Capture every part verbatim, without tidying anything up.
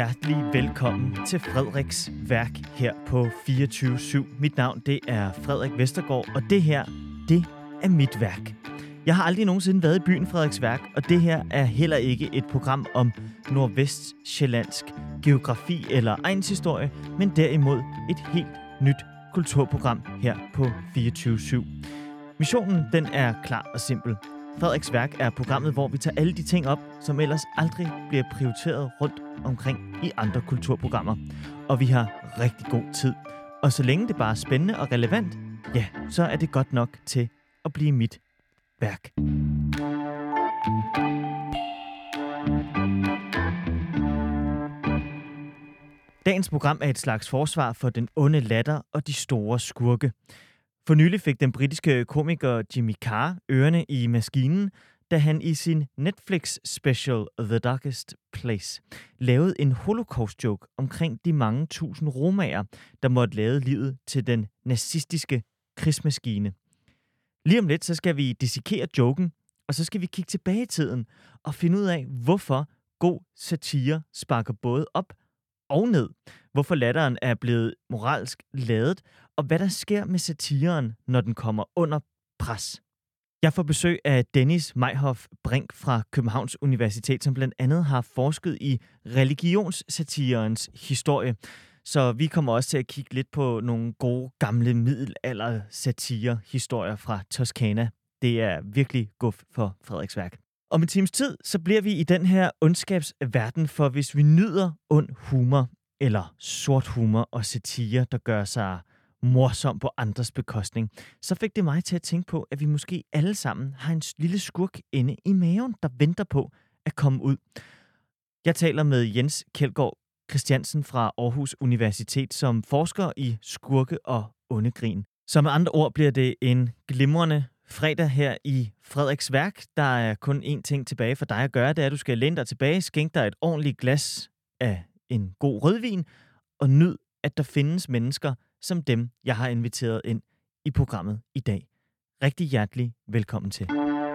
hjertelig velkommen til Frederiks Værk her på fireogtyve syv. Mit navn, det er Frederik Vestergaard, og det her, det er mit værk. Jeg har aldrig nogensinde været i byen Frederiksværk, og det her er heller ikke et program om nordvestsjællandsk geografi eller egnshistorie, men derimod et helt nyt kulturprogram her på fireogtyve syv. Missionen, den er klar og simpel. Frederiks Værk er programmet, hvor vi tager alle de ting op, som ellers aldrig bliver prioriteret rundt omkring i andre kulturprogrammer. Og vi har rigtig god tid. Og så længe det bare er spændende og relevant, ja, så er det godt nok til at blive mit værk. Dagens program er et slags forsvar for den onde latter og de store skurke. For nylig fik den britiske komiker Jimmy Carr ørerne i maskinen, da han i sin Netflix-special The Darkest Place lavede en holocaust-joke omkring de mange tusind romaer, der måtte lade livet til den nazistiske krigsmaskine. Lige om lidt, så skal vi dissekere joken, og så skal vi kigge tilbage i tiden og finde ud af, hvorfor god satire sparker både op og ned. Hvorfor latteren er blevet moralsk ladet, og hvad der sker med satiren, når den kommer under pres. Jeg får besøg af Dennis Meihoff Brink fra Københavns Universitet, som blandt andet har forsket i religionssatirens historie. Så vi kommer også til at kigge lidt på nogle gode, gamle middelalder-satire-historier fra Toskana. Det er virkelig guf for Frederiks Værk. Om en times tid, så bliver vi i den her ondskabsverden, for hvis vi nyder ond humor, eller sort humor og satire, der gør sig morsom på andres bekostning, så fik det mig til at tænke på, at vi måske alle sammen har en lille skurk inde i maven, der venter på at komme ud. Jeg taler med Jens Kjeldgaard Christiansen fra Aarhus Universitet, som forsker i skurke og ondegrin. Så med andre ord bliver det en glimrende fredag her i Frederiks Værk. Der er kun én ting tilbage for dig at gøre, det er, at du skal læne dig tilbage, skænke dig et ordentligt glas af en god rødvin, og nyd, at der findes mennesker som dem, jeg har inviteret ind i programmet i dag. Rigtig hjertelig velkommen til.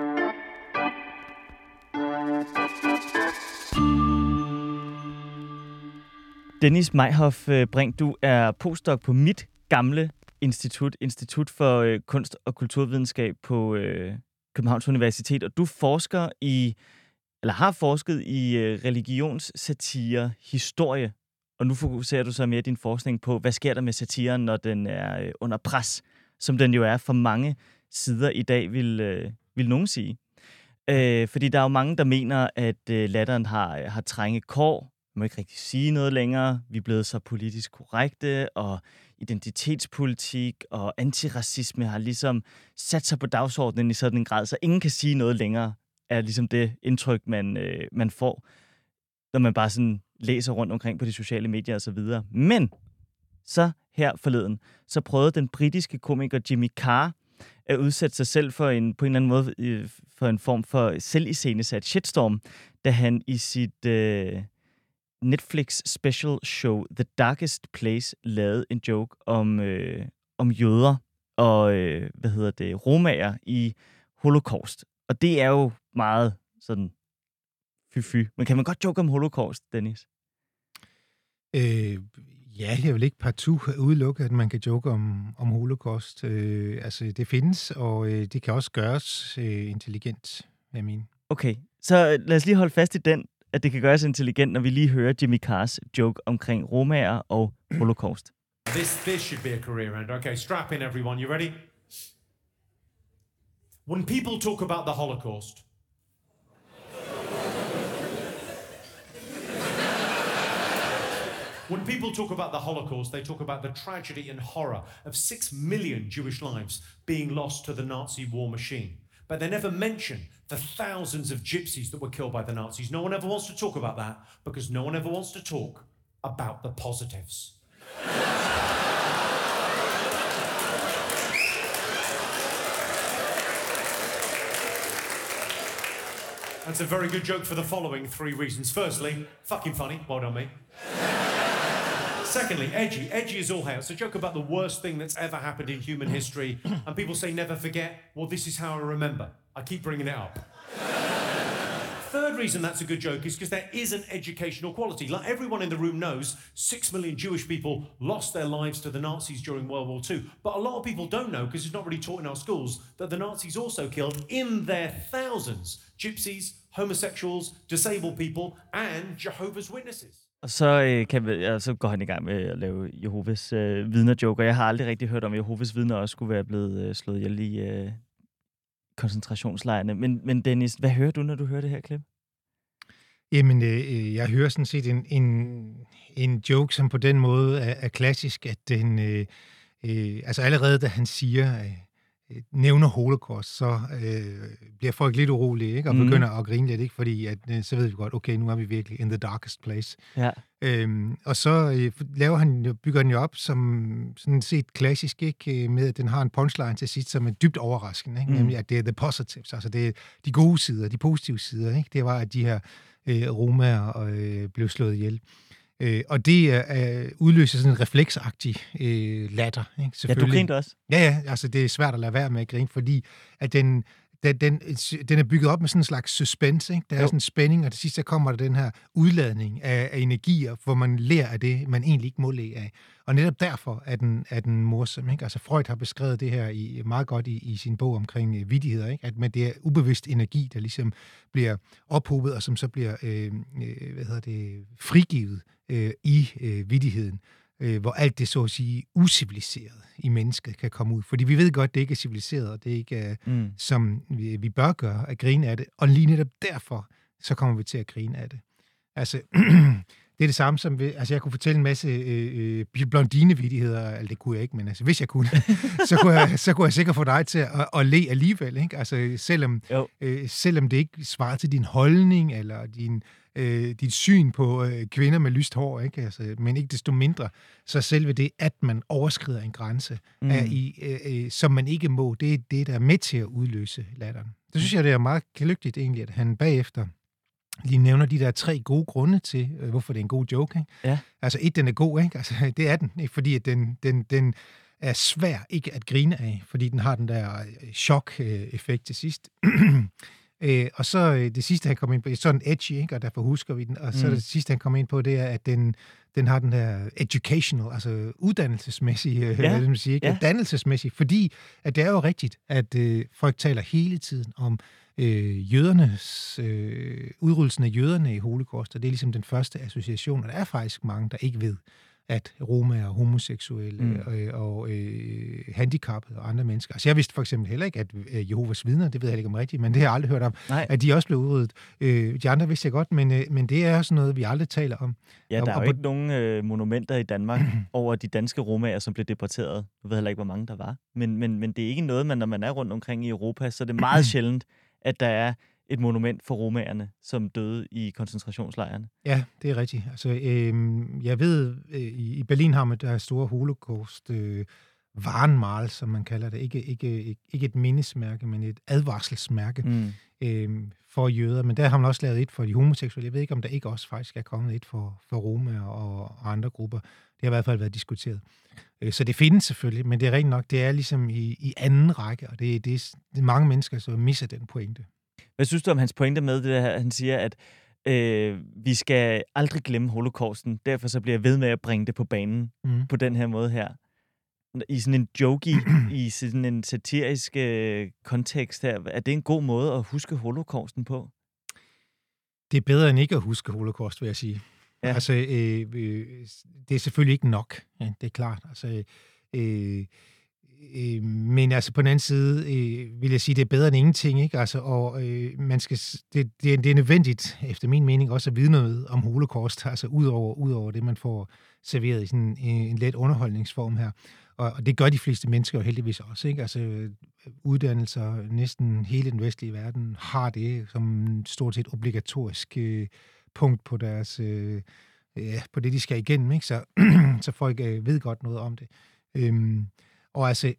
Dennis Meihoff Brink, du er postdoc på mit gamle institut, Institut for øh, Kunst- og Kulturvidenskab på øh, Københavns Universitet, og du forsker i, eller har forsket i øh, religionssatire, historie, og nu fokuserer du så mere din forskning på, hvad sker der med satiren, når den er øh, under pres, som den jo er for mange sider i dag, vil, øh, vil nogen sige. Øh, fordi der er jo mange, der mener, at øh, latteren har, har trænge kår, man må ikke rigtig sige noget længere, vi er blevet så politisk korrekte, og identitetspolitik og antiracisme har ligesom sat sig på dagsordenen i sådan en grad, så ingen kan sige noget længere, er ligesom det indtryk, man, øh, man får, når man bare sådan læser rundt omkring på de sociale medier og så videre. Men så her forleden, så prøvede den britiske komiker Jimmy Carr at udsætte sig selv for en, på en eller anden måde øh, for en form for selviscenesat shitstorm, da han i sit øh, Netflix special show The Darkest Place lavede en joke om, øh, om jøder og øh, hvad hedder det, romaer i Holocaust. Og det er jo meget sådan fy-fy. Men kan man godt joke om Holocaust, Dennis? Øh, ja, jeg vil ikke partout udelukke, at man kan joke om, om Holocaust. Øh, altså, det findes, og øh, det kan også gøres øh, intelligent, jeg mener. Okay, så lad os lige holde fast i den, at det kan gøres intelligent, når vi lige hører Jimmy Carrs joke omkring romaer og Holocaust. This, this should be a career end. Okay, strap in everyone. You ready? When people talk about the Holocaust, when people talk about the Holocaust, they talk about the tragedy and horror of six million Jewish lives being lost to the Nazi war machine. But they never mention the thousands of gypsies that were killed by the Nazis. No one ever wants to talk about that because no one ever wants to talk about the positives. That's a very good joke for the following three reasons. Firstly, fucking funny. Well done, me. Secondly, edgy. Edgy is all hell. It's a joke about the worst thing that's ever happened in human history. And people say never forget. Well, this is how I remember. I keep bringing it up. Third reason that's a good joke is because there is an educational quality. Like everyone in the room knows, six million Jewish people lost their lives to the Nazis during World War Two. But a lot of people don't know, because it's not really taught in our schools, that the Nazis also killed in their thousands gypsies, homosexuals, disabled people, and Jehovah's Witnesses. Og så, øh, kan vi, ja, så går han i gang med at lave Jehovas øh, vidner-joker. Jeg har aldrig rigtig hørt om, at Jehovas vidner også skulle være blevet øh, slået ihjel i øh, koncentrationslejrene. Men, men Dennis, hvad hører du, når du hører det her klip? Jamen, øh, jeg hører sådan set en, en, en joke, som på den måde er, er klassisk, at den, øh, øh, altså allerede da han siger, øh, nævner holocaust, så øh, bliver folk lidt urolige, ikke? Og Mhm. begynder at grine lidt, ikke? Fordi at, øh, så ved vi godt, okay, nu er vi virkelig in the darkest place. Ja. Øhm, og så øh, laver han, jo- bygger den jo op som sådan set klassisk, ikke? Øh, Med at den har en punchline til sidst, som er dybt overraskende, ikke? Mm. Nemlig at det er the positives, altså det er de gode sider, de positive sider, ikke? Det var, at de her øh, romaer øh, blev slået ihjel. Øh, og det er, øh, udløser sådan en refleksagtig øh, latter, ikke? Ja, du Selvfølgelig. grinte også. Ja, ja, altså det er svært at lade være med at grine, fordi at den, den, den, den er bygget op med sådan en slags suspense, ikke? Der er Jo. sådan en spænding, og til sidst så kommer der den her udladning af, af energier, hvor man lærer af det, man egentlig ikke må lære af. Og netop derfor er den, er den morsom, ikke? Altså Freud har beskrevet det her i, meget godt i, i sin bog omkring øh, vittigheder, ikke? At med det er ubevidst energi, der ligesom bliver ophobet, og som så bliver øh, øh, hvad hedder det, frigivet øh, i øh, vittigheden, øh, hvor alt det, så at sige, uciviliseret i mennesket kan komme ud. Fordi vi ved godt, det ikke er civiliseret, og det ikke er, Mm. som vi, vi bør gøre, at grine af det. Og lige netop derfor, så kommer vi til at grine af det. Altså, det er det samme som, ved, altså jeg kunne fortælle en masse øh, øh, blondinevittigheder, eller det kunne jeg ikke, men altså, hvis jeg kunne, så, kunne jeg, så kunne jeg sikkert få dig til at, at, at le alligevel, ikke? Altså, selvom, Jo. øh, selvom det ikke svarer til din holdning, eller din, øh, dit syn på øh, kvinder med lyst hår, ikke? Altså, men ikke desto mindre, så selve det, at man overskrider en grænse, Mm. er i, øh, øh, som man ikke må, det er det, der er med til at udløse latteren. Det synes jeg, det er meget kløgtigt egentlig, at han bagefter lige nævner de der tre gode grunde til, øh, hvorfor det er en god joke, ikke? Ja. Altså et, den er god, ikke? Altså det er den, ikke? Fordi at den, den, den er svær ikke at grine af, fordi den har den der øh, chok-effekt til sidst. Øh, og så øh, det sidste, han kommer ind på, er sådan edgy, ikke? Og derfor husker vi den. Og så Mm. det sidste, han kommer ind på, det er, at den, den har den der educational, altså uddannelsesmæssige, øh, Ja, hvad det man siger, ikke? ja. Dannelsesmæssige, fordi at det er jo rigtigt, at øh, folk taler hele tiden om øh, jødernes, øh, udryddelsen af jøderne i holocaust, og det er ligesom den første association, og der er faktisk mange, der ikke ved, at romaer og homoseksuelle Mm. mm. øh, og øh, handicappede og andre mennesker. Altså jeg vidste for eksempel heller ikke, at øh, Jehovas vidner, det ved jeg heller ikke om rigtigt, men det har jeg aldrig hørt om, Nej. at de også blev udryddet. Øh, de andre vidste jeg godt, men, øh, men det er sådan noget, vi aldrig taler om. Ja, Og- der er og jo på- ikke nogen øh, monumenter i Danmark over de danske romaer, som blev deporteret. Jeg ved heller ikke, hvor mange der var. Men, men, men det er ikke noget, man, når man er rundt omkring i Europa, så er det meget sjældent, at der er et monument for romaerne, som døde i koncentrationslejrene. Ja, det er rigtigt. Altså, øh, jeg ved, øh, i i Berlin har man der er store holocaust øh, Warnmal, som man kalder det. Ikke, ikke, ikke, ikke et mindesmærke, men et advarselsmærke Mm. øh, for jøder. Men der har man også lavet et for de homoseksuelle. Jeg ved ikke, om der ikke også faktisk er kommet et for, for romaer og, og andre grupper. Det har i hvert fald været diskuteret. Øh, Så det findes selvfølgelig, men det er rent nok, det er ligesom i, i anden række, og det, det, er, det er mange mennesker, som misser den pointe. Hvad synes du om hans pointe med det der, han siger, at øh, vi skal aldrig glemme holocausten, derfor så bliver jeg ved med at bringe det på banen Mm. på den her måde her. I sådan en jokey, i sådan en satirisk øh, kontekst her. Er det en god måde at huske holocausten på? Det er bedre end ikke at huske holocaust, vil jeg sige. Ja. Ja. Altså, øh, øh, det er selvfølgelig ikke nok, ja, det er klart. Altså, øh, øh, men altså på den anden side øh, vil jeg sige, det er bedre end ingenting, ikke? Altså, og øh, man skal, s- det, det, er, det er nødvendigt, efter min mening, også at vide noget om holocaust, altså ud over, ud over det, man får serveret i sådan en, en let underholdningsform her. Og, og det gør de fleste mennesker jo heldigvis også, ikke? Altså uddannelser, næsten hele den vestlige verden har det som stort set obligatorisk øh, punkt på deres, øh, ja, på det, de skal igennem, ikke? Så, så folk øh, ved godt noget om det. Øhm, og altså,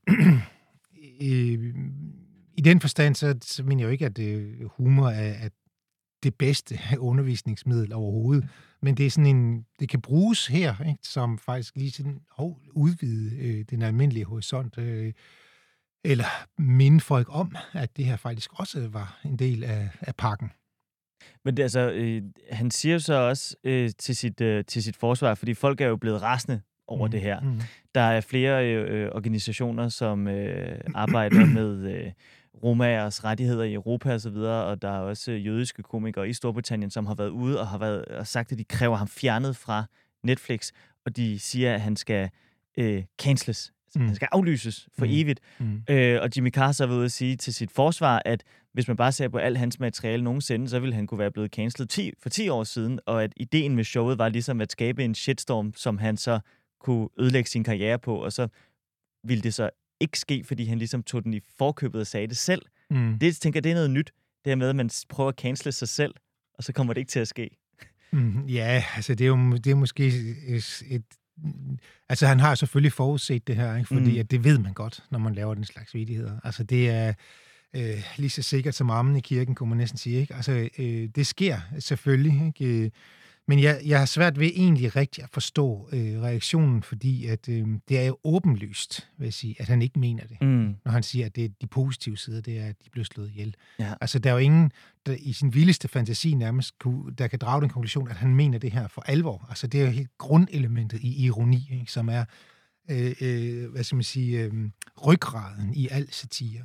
øh, i den forstand, så, så mener jeg jo ikke, at øh, humor er, er det bedste undervisningsmiddel overhovedet, men det er sådan en, det kan bruges her, ikke? Som faktisk lige sådan, hov, udvide øh, den almindelige horisont, øh, eller minde folk om, at det her faktisk også var en del af, af pakken. Men det, altså, øh, han siger jo så også øh, til, sit, øh, til sit forsvar, fordi folk er jo blevet rasende over mm. det her. Mm. Der er flere øh, organisationer, som øh, arbejder med øh, romaers rettigheder i Europa og så videre, og der er også øh, jødiske komikere i Storbritannien, som har været ude og har været og sagt, at de kræver ham fjernet fra Netflix, og de siger, at han skal øh, canceles. Mm. Han skal aflyses for mm. evigt. Mm. Øh, og Jimmy Carr så har været ude at sige til sit forsvar, at hvis man bare ser på alt hans materiale nogensinde, så ville han kunne være blevet cancelet ti, for ti år siden, og at ideen med showet var ligesom at skabe en shitstorm, som han så kunne ødelægge sin karriere på, og så ville det så ikke ske, fordi han ligesom tog den i forkøbet og sagde det selv. Mm. Det tænker jeg, det er noget nyt, det her med, at man prøver at cancele sig selv, og så kommer det ikke til at ske. Mm, ja, altså det er jo det er måske et, et altså han har selvfølgelig forudset det her, ikke? Fordi mm. at det ved man godt, når man laver den slags vittigheder. Altså det er øh, lige så sikkert som ammen i kirken, kunne man næsten sige, ikke? Altså øh, det sker selvfølgelig, ikke? Men jeg, jeg har svært ved egentlig rigtig at forstå øh, reaktionen, fordi at, øh, det er jo åbenlyst, vil jeg sige, at han ikke mener det. Mm. Når han siger, at det er de positive sider, det er, at de blev slået ihjel. Ja. Altså, der er jo ingen, der i sin vildeste fantasi nærmest, kunne, der kan drage den konklusion, at han mener det her for alvor. Altså, det er jo helt grundelementet i ironi, ikke, som er, øh, øh, hvad skal man sige, øh, ryggraden i al satire.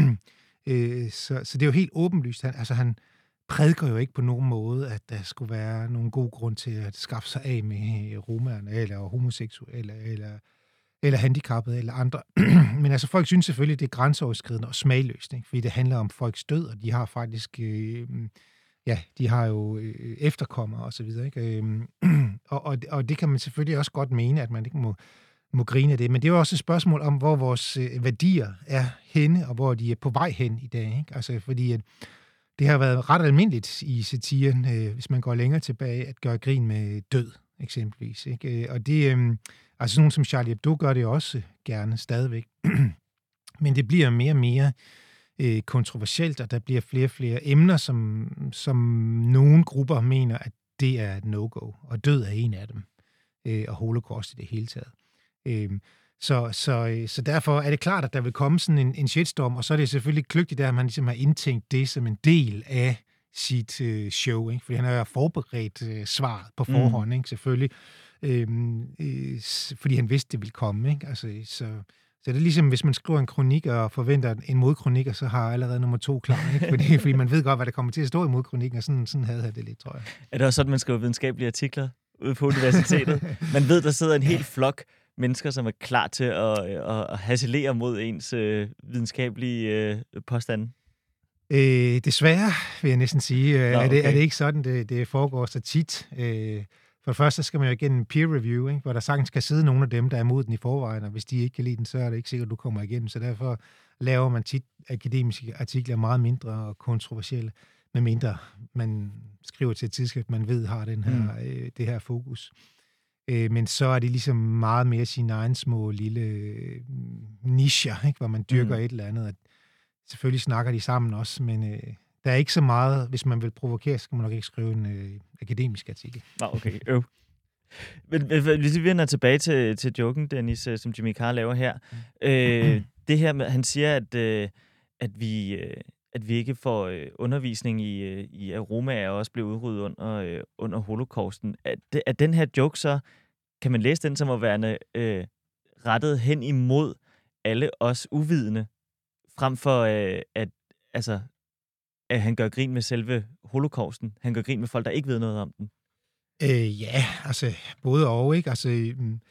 øh, så, så det er jo helt åbenlyst. Han, altså, han prædiker jo ikke på nogen måde, at der skulle være nogen god grund til at skaffe sig af med romerne, eller homoseksuelle, eller, eller handicappede, eller andre. Men altså, folk synes selvfølgelig, det er grænseoverskridende og smagløst, ikke? Fordi det handler om folks død, og de har faktisk, øh, ja, de har jo øh, efterkommere og så videre, ikke? Øh, og, og, og det kan man selvfølgelig også godt mene, at man ikke må, må grine af det. Men det er jo også et spørgsmål om, hvor vores øh, værdier er henne, og hvor de er på vej hen i dag, ikke? Altså, fordi at det har været ret almindeligt i satiren, øh, hvis man går længere tilbage, at gøre grin med død, eksempelvis. Ikke? Og det, øh, altså sådan nogen som Charlie Hebdo gør det også gerne stadigvæk. Men det bliver mere og mere øh, kontroversielt, og der bliver flere og flere emner, som, som nogle grupper mener, at det er et no-go. Og død er en af dem. Øh, og holocaust i det hele taget. Øh, Så, så, så derfor er det klart, at der vil komme sådan en, en shitstorm, og så er det selvfølgelig kløgtigt, at man ligesom har indtænkt det som en del af sit øh, show, ikke? Fordi han har jo forberedt øh, svaret på forhånd, mm. ikke? Selvfølgelig, øhm, øh, fordi han vidste, det ville komme, ikke? Altså, så, så det er ligesom, hvis man skriver en kronik og forventer en modkronik, og så har allerede nummer to klar, ikke? Fordi, fordi man ved godt, hvad der kommer til at stå i modkronikken, og sådan, sådan havde jeg det lidt, tror jeg. Er det også sådan, man skriver videnskabelige artikler ude på universitetet? Man ved, der sidder en hel flok mennesker, som er klar til at, at, at hasselere mod ens øh, videnskabelige øh, påstande? Øh, desværre, vil jeg næsten sige. Nå, okay. er, det, er det ikke sådan, det, det foregår så tit? Øh, for det første skal man jo igennem peer review, ikke? Hvor der sagtens kan sidde nogle af dem, der er imod den i forvejen, og hvis de ikke kan lide den, så er det ikke sikkert, at du kommer igennem. Så derfor laver man tit akademiske artikler meget mindre og kontroversielle, medmindre man skriver til et tidsskrift, man ved har den her, mm. øh, det her fokus. Men så er det ligesom meget mere sine egen små lille nicher, ikke? Hvor man dyrker mm. et eller andet. Selvfølgelig snakker de sammen også, men øh, der er ikke så meget, hvis man vil provokere, så skal man nok ikke skrive en øh, akademisk artikel. Nå, okay. Øv. Men hvis vi vender tilbage til, til joken, Dennis, som Jimmy Carr laver her. Mm. Øh, det her med, han siger, at, øh, at vi... Øh, at vi ikke får øh, undervisning i, øh, i at romaer også blev udryddet under, øh, under holocausten. Er, det, er den her joke så, kan man læse den som at være øh, rettet hen imod alle os uvidende, frem for øh, at, altså, at han gør grin med selve holocausten? Han gør grin med folk, der ikke ved noget om den? Øh, ja, altså både og, ikke? Altså, um,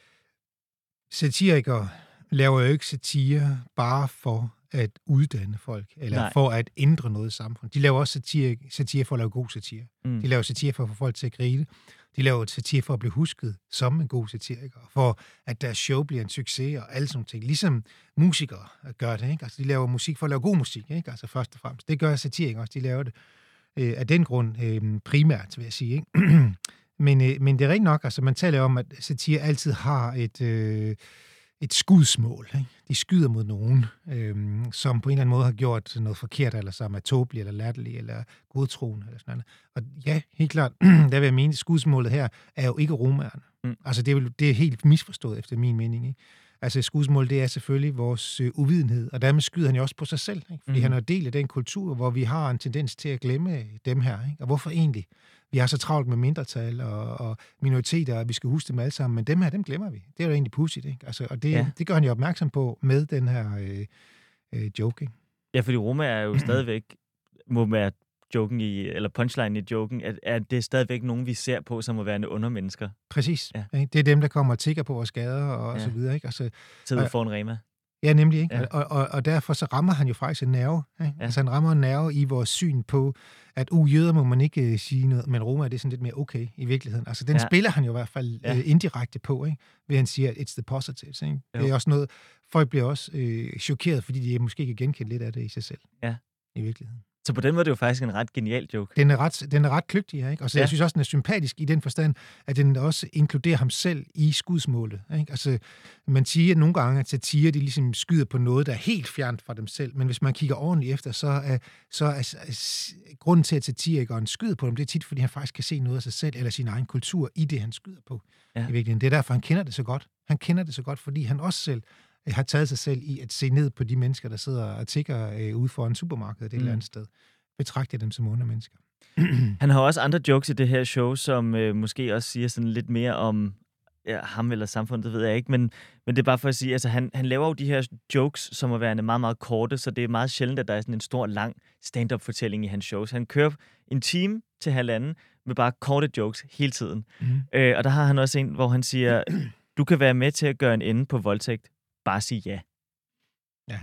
satirikere laver jo ikke satire bare for at uddanne folk, eller Nej. for at ændre noget i samfundet. De laver også satire, satire for at lave god satire. Mm. De laver satire for at få folk til at grine. De laver satire for at blive husket som en god satiriker, for at deres show bliver en succes og alle sådan ting. Ligesom musikere gør det, ikke? Altså, de laver musik for at lave god musik, ikke? Altså først og fremmest. Det gør satirikere også. De laver det øh, af den grund øh, primært, vil jeg sige, ikke? men, øh, men det er rigtig nok, altså man taler om, at satire altid har et... Øh, et skudsmål. Ikke? De skyder mod nogen, øhm, som på en eller anden måde har gjort noget forkert, eller som er tåbelig, eller latterlig, eller godtroende, eller sådan noget. Og ja, helt klart, der vil jeg mene, at skudsmålet her er jo ikke romaerne. Mm. Altså, det er, jo, det er helt misforstået, efter min mening. Ikke? Altså skudsmål, det er selvfølgelig vores øh, uvidenhed, og dermed skyder han jo også på sig selv, ikke? Fordi mm. han er en del af den kultur, hvor vi har en tendens til at glemme dem her, ikke? Og hvorfor egentlig? Vi har så travlt med mindretal og, og minoriteter, og vi skal huske dem alle sammen, men dem her, dem glemmer vi. Det er jo egentlig pudsigt, ikke? Altså, og det, ja. det gør han jo opmærksom på med den her øh, øh, joke, ikke? Ja, fordi Roma er jo stadigvæk, må være joken i, eller punchline i joken, at, at det er stadigvæk nogen, vi ser på, som må være undermennesker. Præcis. Ja. Det er dem, der kommer og tigger på vores gader og, ja. og så videre, ikke? Altså, sidder foran Rema. Ja, nemlig, ikke? Ja. Og, og, og derfor så rammer han jo faktisk en nerve. Ikke? Ja. Altså han rammer en nerve i vores syn på, at uh, jøder må man ikke uh, sige noget, men Roma er det sådan lidt mere okay i virkeligheden. Altså den ja. spiller han jo i hvert fald ja. uh, indirekte på, ikke? Ved han siger, at it's the positives. Ikke? Det er også noget, folk bliver også uh, chokeret, fordi de måske kan genkende lidt af det i sig selv. Ja. I virkeligheden. Så på den måde er det jo faktisk en ret genial joke. Den er ret, den er ret kløgtig her, ikke? Og så ja. jeg synes også, den er sympatisk i den forstand, at den også inkluderer ham selv i skudsmålet. Ikke? Altså, man siger nogle gange, at satire, de ligesom skyder på noget, der er helt fjernt fra dem selv. Men hvis man kigger ordentligt efter, så er, så er, er grunden til, at satirikeren skyder på dem, det er tit, fordi han faktisk kan se noget af sig selv eller sin egen kultur i det, han skyder på. Ja. I virkeligheden. Det er derfor, han kender det så godt. Han kender det så godt, fordi han også selv har taget sig selv i at se ned på de mennesker, der sidder og tigger øh, ude foran supermarkedet et mm. eller andet sted. Betragter dem som onde mennesker. Han har også andre jokes i det her show, som øh, måske også siger sådan lidt mere om ja, ham eller samfundet, det ved jeg ikke, men, men det er bare for at sige, altså han, han laver jo de her jokes, som er værende meget, meget korte, så det er meget sjældent, at der er sådan en stor, lang stand-up-fortælling i hans shows. Han kører en time til halvanden med bare korte jokes hele tiden. Mm. Øh, og der har han også en, hvor han siger, du kan være med til at gøre en ende på voldtægt. Bare sige ja. Ja.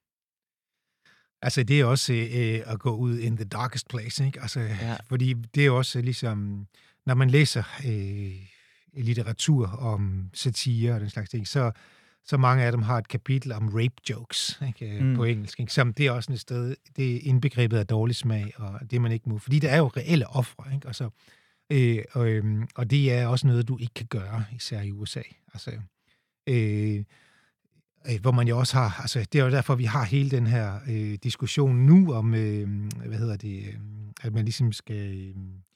Altså, det er også øh, at gå ud in the darkest place, ikke? Altså, ja. Fordi det er også ligesom, når man læser øh, litteratur om satire og den slags ting, så, så mange af dem har et kapitel om rape jokes, ikke? Mm. På engelsk, ikke? Som det er også et sted, det er indbegrebet af dårlig smag, og det man ikke må. Fordi der er jo reelle ofre, ikke? Altså, øh, og, øh, og det er også noget, du ikke kan gøre, især i U S A. Altså, øh, hvor man jo også har, altså det er jo derfor, vi har hele den her øh, diskussion nu om, øh, hvad hedder det, øh, at man ligesom skal,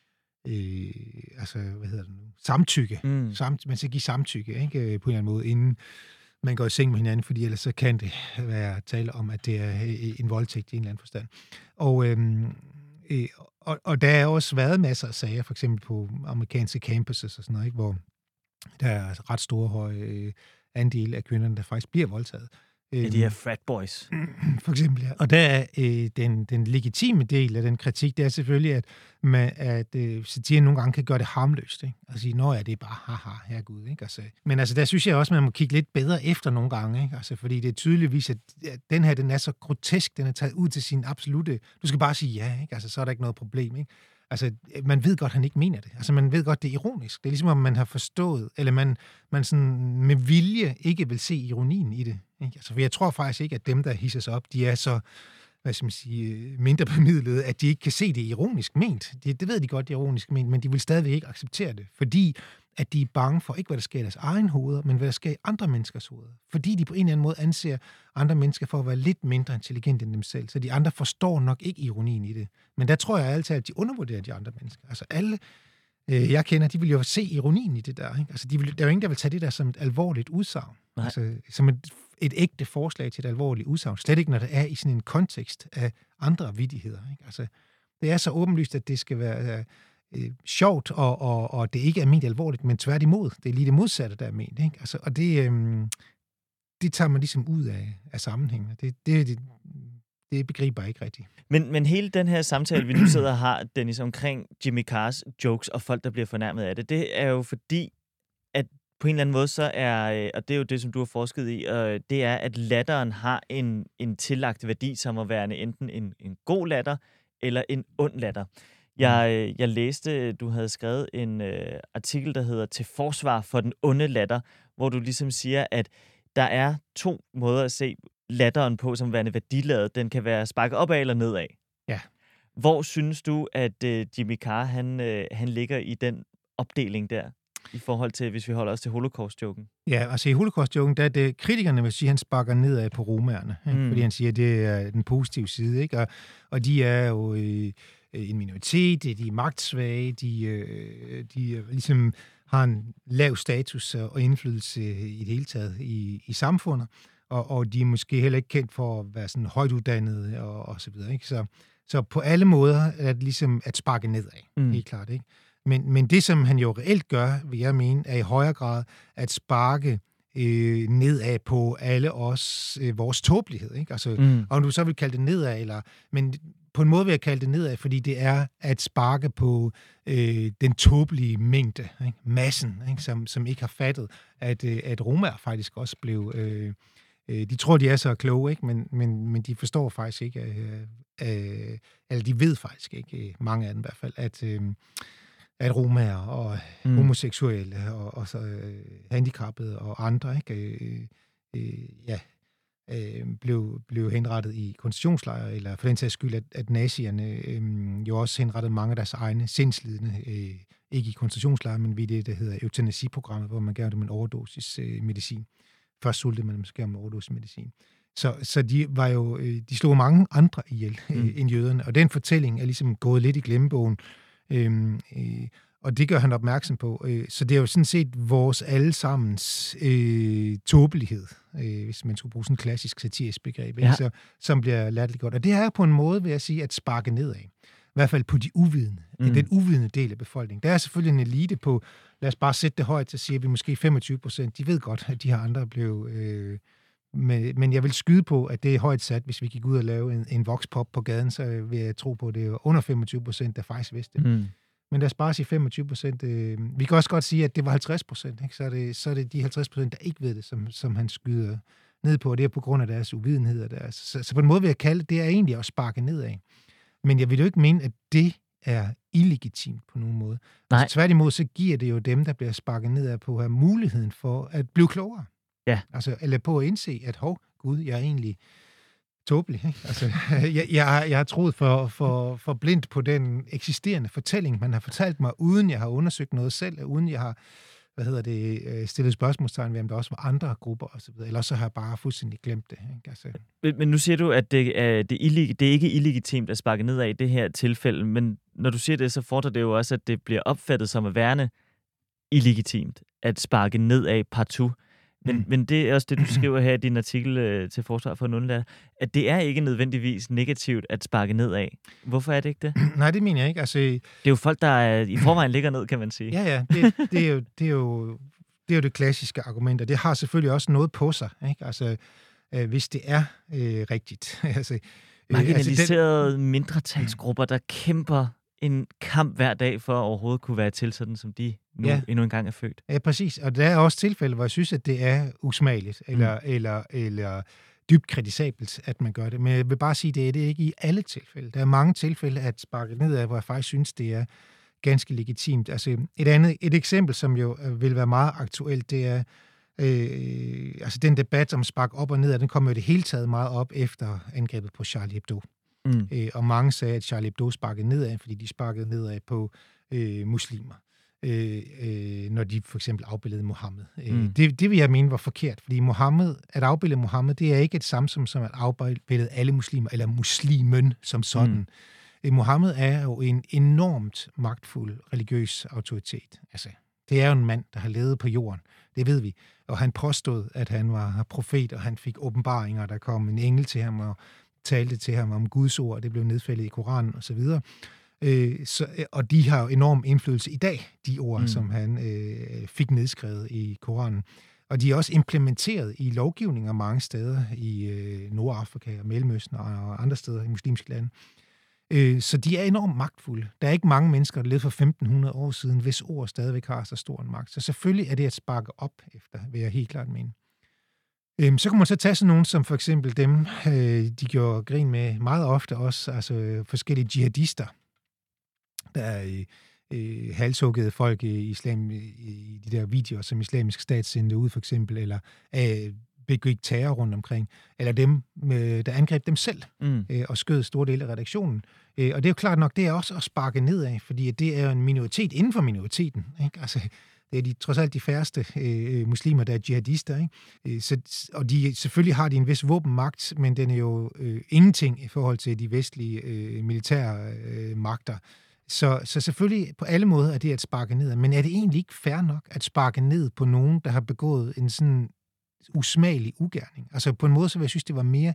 øh, altså, hvad hedder det nu, samtykke. Mm. Samt, man skal give samtykke, ikke, på en eller anden måde, inden man går i seng med hinanden, fordi ellers så kan det være tale om, at det er en voldtægt i en eller anden forstand. Og, øh, øh, og, og der er også været masser af sager, for eksempel på amerikanske campuses og sådan noget, ikke, hvor der er ret store høje øh, andel af kvinderne, der faktisk bliver voldtaget. Ja, de her frat boys. For eksempel, ja. Og der er øh, den, den legitime del af den kritik, det er selvfølgelig, at, man, at øh, satiren nogle gange kan gøre det harmløst, ikke? Og sige, nå ja, det er bare haha, herregud, ikke? Altså, men altså, der synes jeg også, man må kigge lidt bedre efter nogle gange, ikke? Altså, fordi det er tydeligvis, at, at den her, den er så grotesk, den er taget ud til sin absolute, du skal bare sige ja, ikke? Altså, så er der ikke noget problem, ikke? Altså, man ved godt, at han ikke mener det. Altså, man ved godt, det er ironisk. Det er ligesom, om man har forstået, eller man, man sådan med vilje ikke vil se ironien i det. Ikke? Altså, for jeg tror faktisk ikke, at dem, der hisser sig op, de er så, hvad skal man sige, mindre bemidlede, at de ikke kan se det ironisk ment. Det, det ved de godt, det er ironisk ment, men de vil stadigvæk ikke acceptere det, fordi at de er bange for ikke, hvad der sker i deres egen hoveder, men hvad der sker i andre menneskers hoveder. Fordi de på en eller anden måde anser andre mennesker for at være lidt mindre intelligente end dem selv, så de andre forstår nok ikke ironien i det. Men der tror jeg altid, at de undervurderer de andre mennesker. Altså alle, øh, jeg kender, de vil jo se ironien i det der. Ikke? Altså, de vil, der er jo ingen, der vil tage det der som et alvorligt udsagn. Altså, som et, et ægte forslag til et alvorligt udsagn. Slet ikke, når det er i sådan en kontekst af andre vittigheder. Ikke? Altså, det er så åbenlyst, at det skal være øh, sjovt, og, og, og det ikke er ment alvorligt, men tværtimod. Det er lige det modsatte, der er ment. Ikke? Altså, og det, øh, det tager man ligesom ud af, af sammenhængen. Det, det, det, det begriber jeg ikke rigtigt. Men, men hele den her samtale, vi nu sidder og har, Dennis, omkring Jimmy Carrs jokes og folk, der bliver fornærmet af det, det er jo fordi, at på en eller anden måde, så er, og det er jo det, som du har forsket i, og det er, at latteren har en, en tillagt værdi, som at være enten en, en god latter, eller en ond latter. Jeg, jeg læste, du havde skrevet en øh, artikel, der hedder Til forsvar for den onde latter, hvor du ligesom siger, at der er to måder at se latteren på, som værende værdiladet. Den kan være sparket opad eller nedad. Ja. Hvor synes du, at øh, Jimmy Carr, han, øh, han ligger i den opdeling der, i forhold til, hvis vi holder os til Holocaust-joken? Ja, altså i Holocaust-joken, der er det, kritikerne vil sige, at han sparker nedad på romaerne, mm. fordi han siger, at det er den positive side, ikke? Og, og de er jo øh, en minoritet, de er magtsvage, de, øh, de er ligesom har en lav status og indflydelse i det hele taget i, i samfundet, og, og de er måske heller ikke kendt for at være sådan højt uddannede og, og så videre. Ikke? Så, så på alle måder er det ligesom at sparke nedad, mm. helt klart. Ikke? Men, men det, som han jo reelt gør, vil jeg mene, er i højere grad at sparke øh, nedad på alle os, øh, vores tåbelighed. Ikke? Altså, mm. om du så vil kalde det nedad, eller, men på en måde vil jeg kalde det nedad, fordi det er at sparke på øh, den tåbelige mængde, ikke? Massen, ikke? Som, som ikke har fattet, at, øh, at romaer faktisk også blev... Øh, øh, de tror, de er så kloge, ikke? Men, men, men de forstår faktisk ikke, øh, øh, eller de ved faktisk ikke, mange af dem i hvert fald, at... Øh, at romaer og mm. homoseksuelle og, og så øh, handicappede og andre, ikke, øh, øh, ja, øh, blev, blev henrettet i koncentrationslejre, eller for den sags skyld, at, at nazierne øh, jo også henrettede mange af deres egne sindslidende, øh, ikke i koncentrationslejre, men ved det, der hedder eutanasiprogrammet, hvor man gav dem en overdosis øh, medicin. Først sulte man dem, så gav dem en overdosis medicin. Så, så de var jo, øh, de slog mange andre ihjel øh, mm. end jøderne, og den fortælling er ligesom gået lidt i glemmebogen. Øhm, øh, og det gør han opmærksom på. Øh, så det er jo sådan set vores allesammens øh, tåbelighed, øh, hvis man skulle bruge sådan en klassisk satirisk begreb, ja. så, som bliver latterliggjort. Og det er på en måde, vil jeg sige, at sparke nedad. I hvert fald på de uvidende. Mm. Den uvidende del af befolkningen. Der er selvfølgelig en elite på, lad os bare sætte det højt, så siger vi måske femogtyve procent. De ved godt, at de her andre blev... Øh, Men, men jeg vil skyde på, at det er højt sat. Hvis vi gik ud og lave en, en voxpop på gaden, så vil jeg tro på, at det er under femogtyve procent, der faktisk vidste det. Mm. Men lad os bare sige femogtyve procent. Øh, vi kan også godt sige, at det var halvtreds procent. Så, er det, så er det de halvtreds procent, der ikke ved det, som, som han skyder ned på. Og det er på grund af deres uvidenhed. Og deres, så, så på en måde vil jeg kalde det, det er egentlig at sparke nedad. Men jeg vil jo ikke mene, at det er illegitimt på nogen måde. Altså, tværtimod, så giver det jo dem, der bliver sparket nedad på, at have muligheden for at blive klogere. Ja. Altså, eller på at indse, at hov, gud, jeg er egentlig tåbelig. Ikke? Altså, jeg, jeg, har, jeg har troet for, for, for blindt på den eksisterende fortælling, man har fortalt mig, uden jeg har undersøgt noget selv, uden jeg har, hvad hedder det, stillet spørgsmålstegn ved, om der også var andre grupper osv., eller så har jeg bare fuldstændig glemt det. Ikke? Altså. Men, men nu siger du, at det er, det, illeg- det er ikke illegitimt at sparke nedad i det her tilfælde, men når du siger det, så fordrer det jo også, at det bliver opfattet som at værende illegitimt at sparke nedad partout. Men, mm. men det er også det, du skriver her i din artikel øh, til Forsvar for en undlader, at det er ikke nødvendigvis negativt at sparke nedad. Hvorfor er det ikke det? Nej, det mener jeg ikke. Altså, det er jo folk, der er, i forvejen ligger ned, kan man sige. Ja, ja. Det, det, er, jo, det, er, jo, det er jo det klassiske argument, og det har selvfølgelig også noget på sig. Ikke? Altså, øh, hvis det er øh, rigtigt. altså, øh, Marginaliserede altså, den... mindretalsgrupper, der kæmper en kamp hver dag for at overhovedet kunne være til sådan, som de nu ja. endnu engang er født. Ja, præcis. Og der er også tilfælde, hvor jeg synes, at det er usmageligt, eller, mm. eller, eller dybt kritisabelt, at man gør det. Men jeg vil bare sige, at det er det ikke i alle tilfælde. Der er mange tilfælde at sparke nedad, hvor jeg faktisk synes, det er ganske legitimt. Altså et andet, et eksempel, som jo vil være meget aktuelt, det er øh, altså den debat om spark op og nedad, den kom jo det hele taget meget op efter angrebet på Charlie Hebdo. Mm. Øh, og mange sagde, at Charlie Hebdo sparkede nedad, fordi de sparkede nedad på øh, muslimer, øh, øh, når de for eksempel afbildede Mohammed. Mm. Øh, det, det vil jeg mene var forkert, fordi Mohammed, at afbilde Mohammed, det er ikke et samme som, som at afbilde alle muslimer, eller muslimen som sådan. Mm. Øh, Mohammed er jo en enormt magtfuld religiøs autoritet. Altså, det er jo en mand, der har levet på jorden. Det ved vi. Og han påstod, at han var profet, og han fik åbenbaringer, der kom en engel til ham og talte til ham om Guds ord, det blev nedfældet i Koranen og så videre. Øh, så, og de har jo enorm indflydelse i dag, de ord, mm. som han øh, fik nedskrevet i Koranen. Og de er også implementeret i lovgivninger mange steder i øh, Nordafrika og Mellemøsten og andre steder i muslimske lande. Øh, så de er enormt magtfulde. Der er ikke mange mennesker, der levede for femten hundrede år siden, hvis ord stadigvæk har så stor en magt. Så selvfølgelig er det at sparke op efter, vil jeg helt klart mene. Så kan man så tage sådan nogen som for eksempel dem, de gjorde grin med meget ofte også, altså forskellige jihadister, der øh, halshuggede folk i, islam, i de der videoer, som Islamisk Stat sendte ud for eksempel, eller øh, begik terror rundt omkring, eller dem, øh, der angreb dem selv mm. øh, og skød store dele af redaktionen. Øh, og det er jo klart nok, det er også at sparke nedad, fordi det er jo en minoritet inden for minoriteten, ikke? Altså, det er de, trods alt de færreste øh, muslimer, der er jihadister. Ikke? Så, og de, selvfølgelig har de en vis våbenmagt, men den er jo øh, ingenting i forhold til de vestlige øh, militære øh, magter. Så, så selvfølgelig på alle måder er det at sparke ned. Men er det egentlig ikke fair nok at sparke ned på nogen, der har begået en sådan usmagelig ugerning? Altså på en måde, så vil jeg synes, det var mere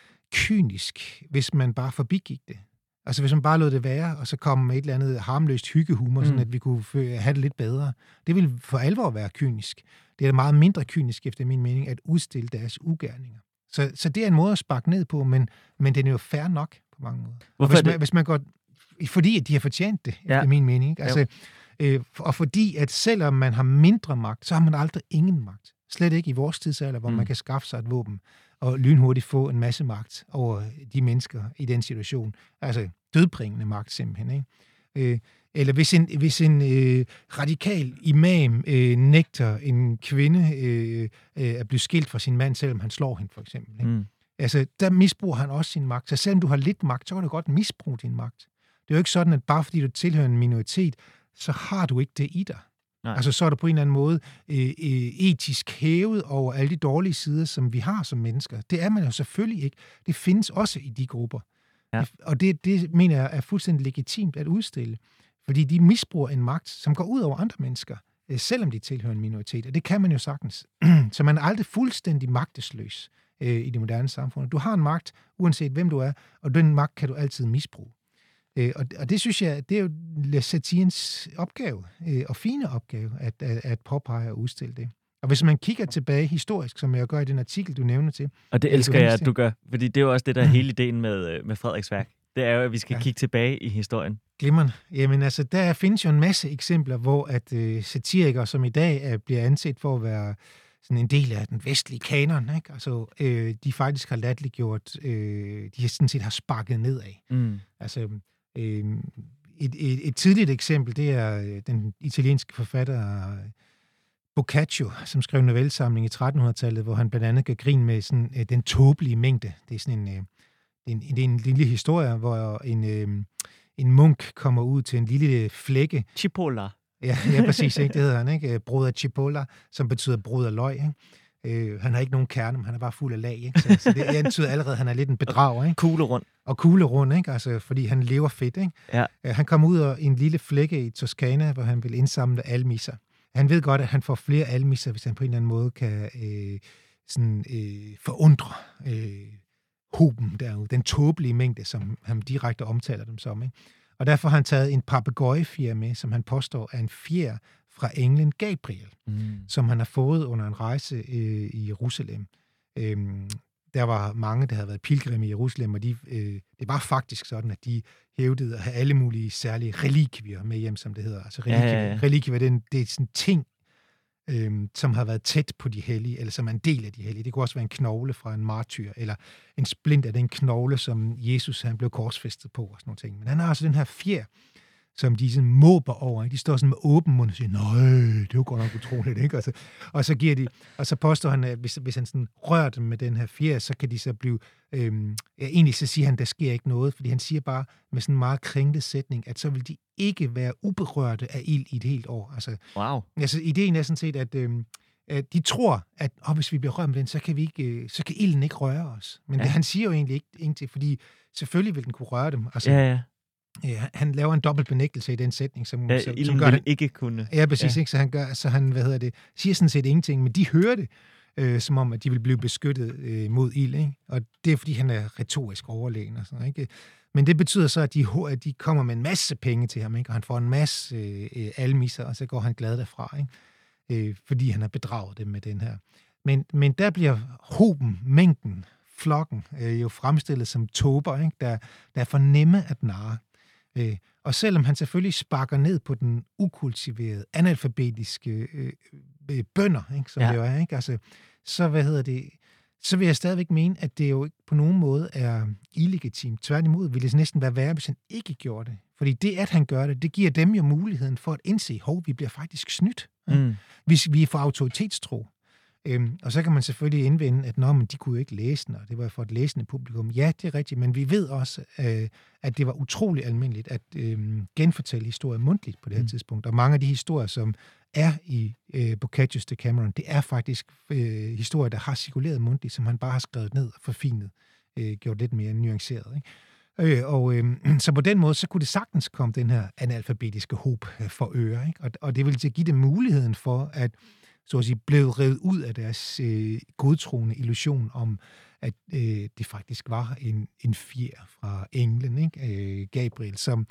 kynisk, hvis man bare forbigik det. Altså hvis man bare lod det være, og så kom med et eller andet harmløst hyggehumor, mm. sådan at vi kunne have det lidt bedre. Det vil for alvor være kynisk. Det er meget mindre kynisk, efter min mening, at udstille deres ugerninger. Så, så det er en måde at sparke ned på, men, men det er jo fair nok på mange måder. Og hvis, man, hvis man går... Fordi at de har fortjent det, ja. Efter min mening. Ikke? Altså, øh, og fordi at selvom man har mindre magt, så har man aldrig ingen magt. Slet ikke i vores tidsalder, hvor mm. man kan skaffe sig et våben og lynhurtigt få en masse magt over de mennesker i den situation. Altså dødbringende magt simpelthen. Ikke? Øh, eller hvis en, hvis en øh, radikal imam øh, nægter en kvinde øh, øh, at blive skilt fra sin mand, selvom han slår hende for eksempel. Ikke? Mm. Altså, der misbruger han også sin magt. Så selvom du har lidt magt, så kan du godt misbruge din magt. Det er jo ikke sådan, at bare fordi du tilhører en minoritet, så har du ikke det i dig. Nej. Altså så er du på en eller anden måde øh, øh, etisk hævet over alle de dårlige sider, som vi har som mennesker. Det er man jo selvfølgelig ikke. Det findes også i de grupper. Ja. Og det, det mener jeg er fuldstændig legitimt at udstille. Fordi de misbruger en magt, som går ud over andre mennesker, øh, selvom de tilhører en minoritet. Og det kan man jo sagtens. Så man er aldrig fuldstændig magtesløs øh, i det moderne samfund. Du har en magt, uanset hvem du er, og den magt kan du altid misbruge. Øh, og, og det synes jeg, det er jo satirens opgave, øh, og fine opgave, at, at, at påpege og udstille det. Og hvis man kigger tilbage historisk, som jeg gør i den artikel, du nævner til... Og det elsker jeg, at du gør, fordi det er jo også det, der er hele ideen med, med Frederiks værk. Det er jo, at vi skal ja. kigge tilbage i historien. Glimrende. Jamen altså, der findes jo en masse eksempler, hvor at øh, satirikere, som i dag er, bliver anset for at være sådan en del af den vestlige kanon, ikke? Altså, øh, de faktisk har latterliggjort, øh, de har sådan set har sparket nedad. Mm. Altså... Et, et, et tidligt eksempel, det er den italienske forfatter Boccaccio, som skrev en novellesamling i trettenhundredetallet, hvor han blandt andet gør grin med sådan, den tåbelige mængde. Det er sådan en, en, en, en lille historie, hvor en, en munk kommer ud til en lille flække. Cipolla. Ja, ja præcis. Ikke? Det hedder han, ikke? Brød af cipolla, som betyder brød af løg, ikke? Øh, han har ikke nogen kerne, men han er bare fuld af lag, ikke? Så, så det antyder allerede, at han er lidt en bedrager, ikke? Kuglerund. Og kuglerund, ikke? Altså, fordi han lever fedt, ikke? Ja. Øh, han kommer ud af en lille flække i Toskana, hvor han vil indsamle almisser. Han ved godt, at han får flere almisser, hvis han på en eller anden måde kan øh, sådan, øh, forundre øh, hoben derude. Den tåbelige mængde, som han direkte omtaler dem som, ikke? Og derfor har han taget en papegøjefjer med, som han påstår er en fjer fra englen Gabriel, mm. som han har fået under en rejse øh, i Jerusalem. Øhm, der var mange, der havde været pilgrimme i Jerusalem, og de, øh, det var faktisk sådan, at de hævdede at have alle mulige særlige relikvier med hjem, som det hedder. Altså relikvier, ja, ja, ja. relikvier det er, en, det er sådan ting, øh, som har været tæt på de hellige, eller som er en del af de hellige. Det kunne også være en knogle fra en martyr, eller en splint af den knogle, som Jesus han blev korsfæstet på, og sådan nogle ting. Men han har altså den her fjer, som de sådan måber over. Ikke? De står sådan med åben mund og siger, nej, det er jo godt nok utroligt. Ikke? Og, så, og så giver de, og så påstår han, at hvis, hvis han sådan rører dem med den her fjer, så kan de så blive, øhm, ja, egentlig så siger han, der sker ikke noget, fordi han siger bare med sådan en meget kringlet sætning, at så vil de ikke være uberørte af ild i et helt år. Altså, wow. Altså, ideen er sådan set, at, øhm, at de tror, at oh, hvis vi bliver rørt med den, så kan, vi ikke, så kan ilden ikke røre os. Men ja. det, han siger jo egentlig ikke ingenting, fordi selvfølgelig vil den kunne røre dem. Altså, ja, ja. Ja, han laver en dobbelt benægtelse i den sætning, som, ja, som, som gør vil han ikke kunne. Ja, præcis, ja. Ikke? Så han gør, så han, hvad hedder det, siger sådan set ingenting, men de hører det, øh, som om, at de vil blive beskyttet øh, mod ild, ikke? Og det er, fordi han er retorisk overlegen og sådan, ikke? Men det betyder så, at de, at de kommer med en masse penge til ham, ikke? Og han får en masse øh, almisser, og så går han glad derfra, ikke? Øh, fordi han har bedraget dem med den her. Men, men der bliver hoben, mængden, flokken, øh, jo fremstillet som tåber, ikke? Der, der er for nemme at narre. Øh, og selvom han selvfølgelig sparker ned på den ukultiverede, analfabetiske øh, øh, bønder, ikke, som ja. det jo er, ikke? Altså, så, hvad hedder det, så vil jeg stadigvæk mene, at det jo ikke på nogen måde er illegitimt. Tværtimod ville det næsten være værre, hvis han ikke gjorde det. Fordi det, at han gør det, det giver dem jo muligheden for at indse, hov, vi bliver faktisk snydt, mm. hvis vi er for autoritetstro. Øhm, og så kan man selvfølgelig indvende, at nå, men de kunne jo ikke læse den, og det var for et læsende publikum. Ja, det er rigtigt, men vi ved også, øh, at det var utrolig almindeligt at øh, genfortælle historier mundtligt på det her mm. tidspunkt. Og mange af de historier, som er i øh, Boccaccio's Decameron, det er faktisk øh, historier, der har cirkuleret mundtligt, som han bare har skrevet ned og forfinet, øh, gjort lidt mere nuanceret. Ikke? Øh, og øh, så på den måde, så kunne det sagtens komme den her analfabetiske håb for øre, ikke? Og, og det ville give dem muligheden for, at så at sige, blev revet ud af deres øh, godtroende illusion om, at øh, det faktisk var en, en fjer fra englen, ikke? Øh, Gabriel, som,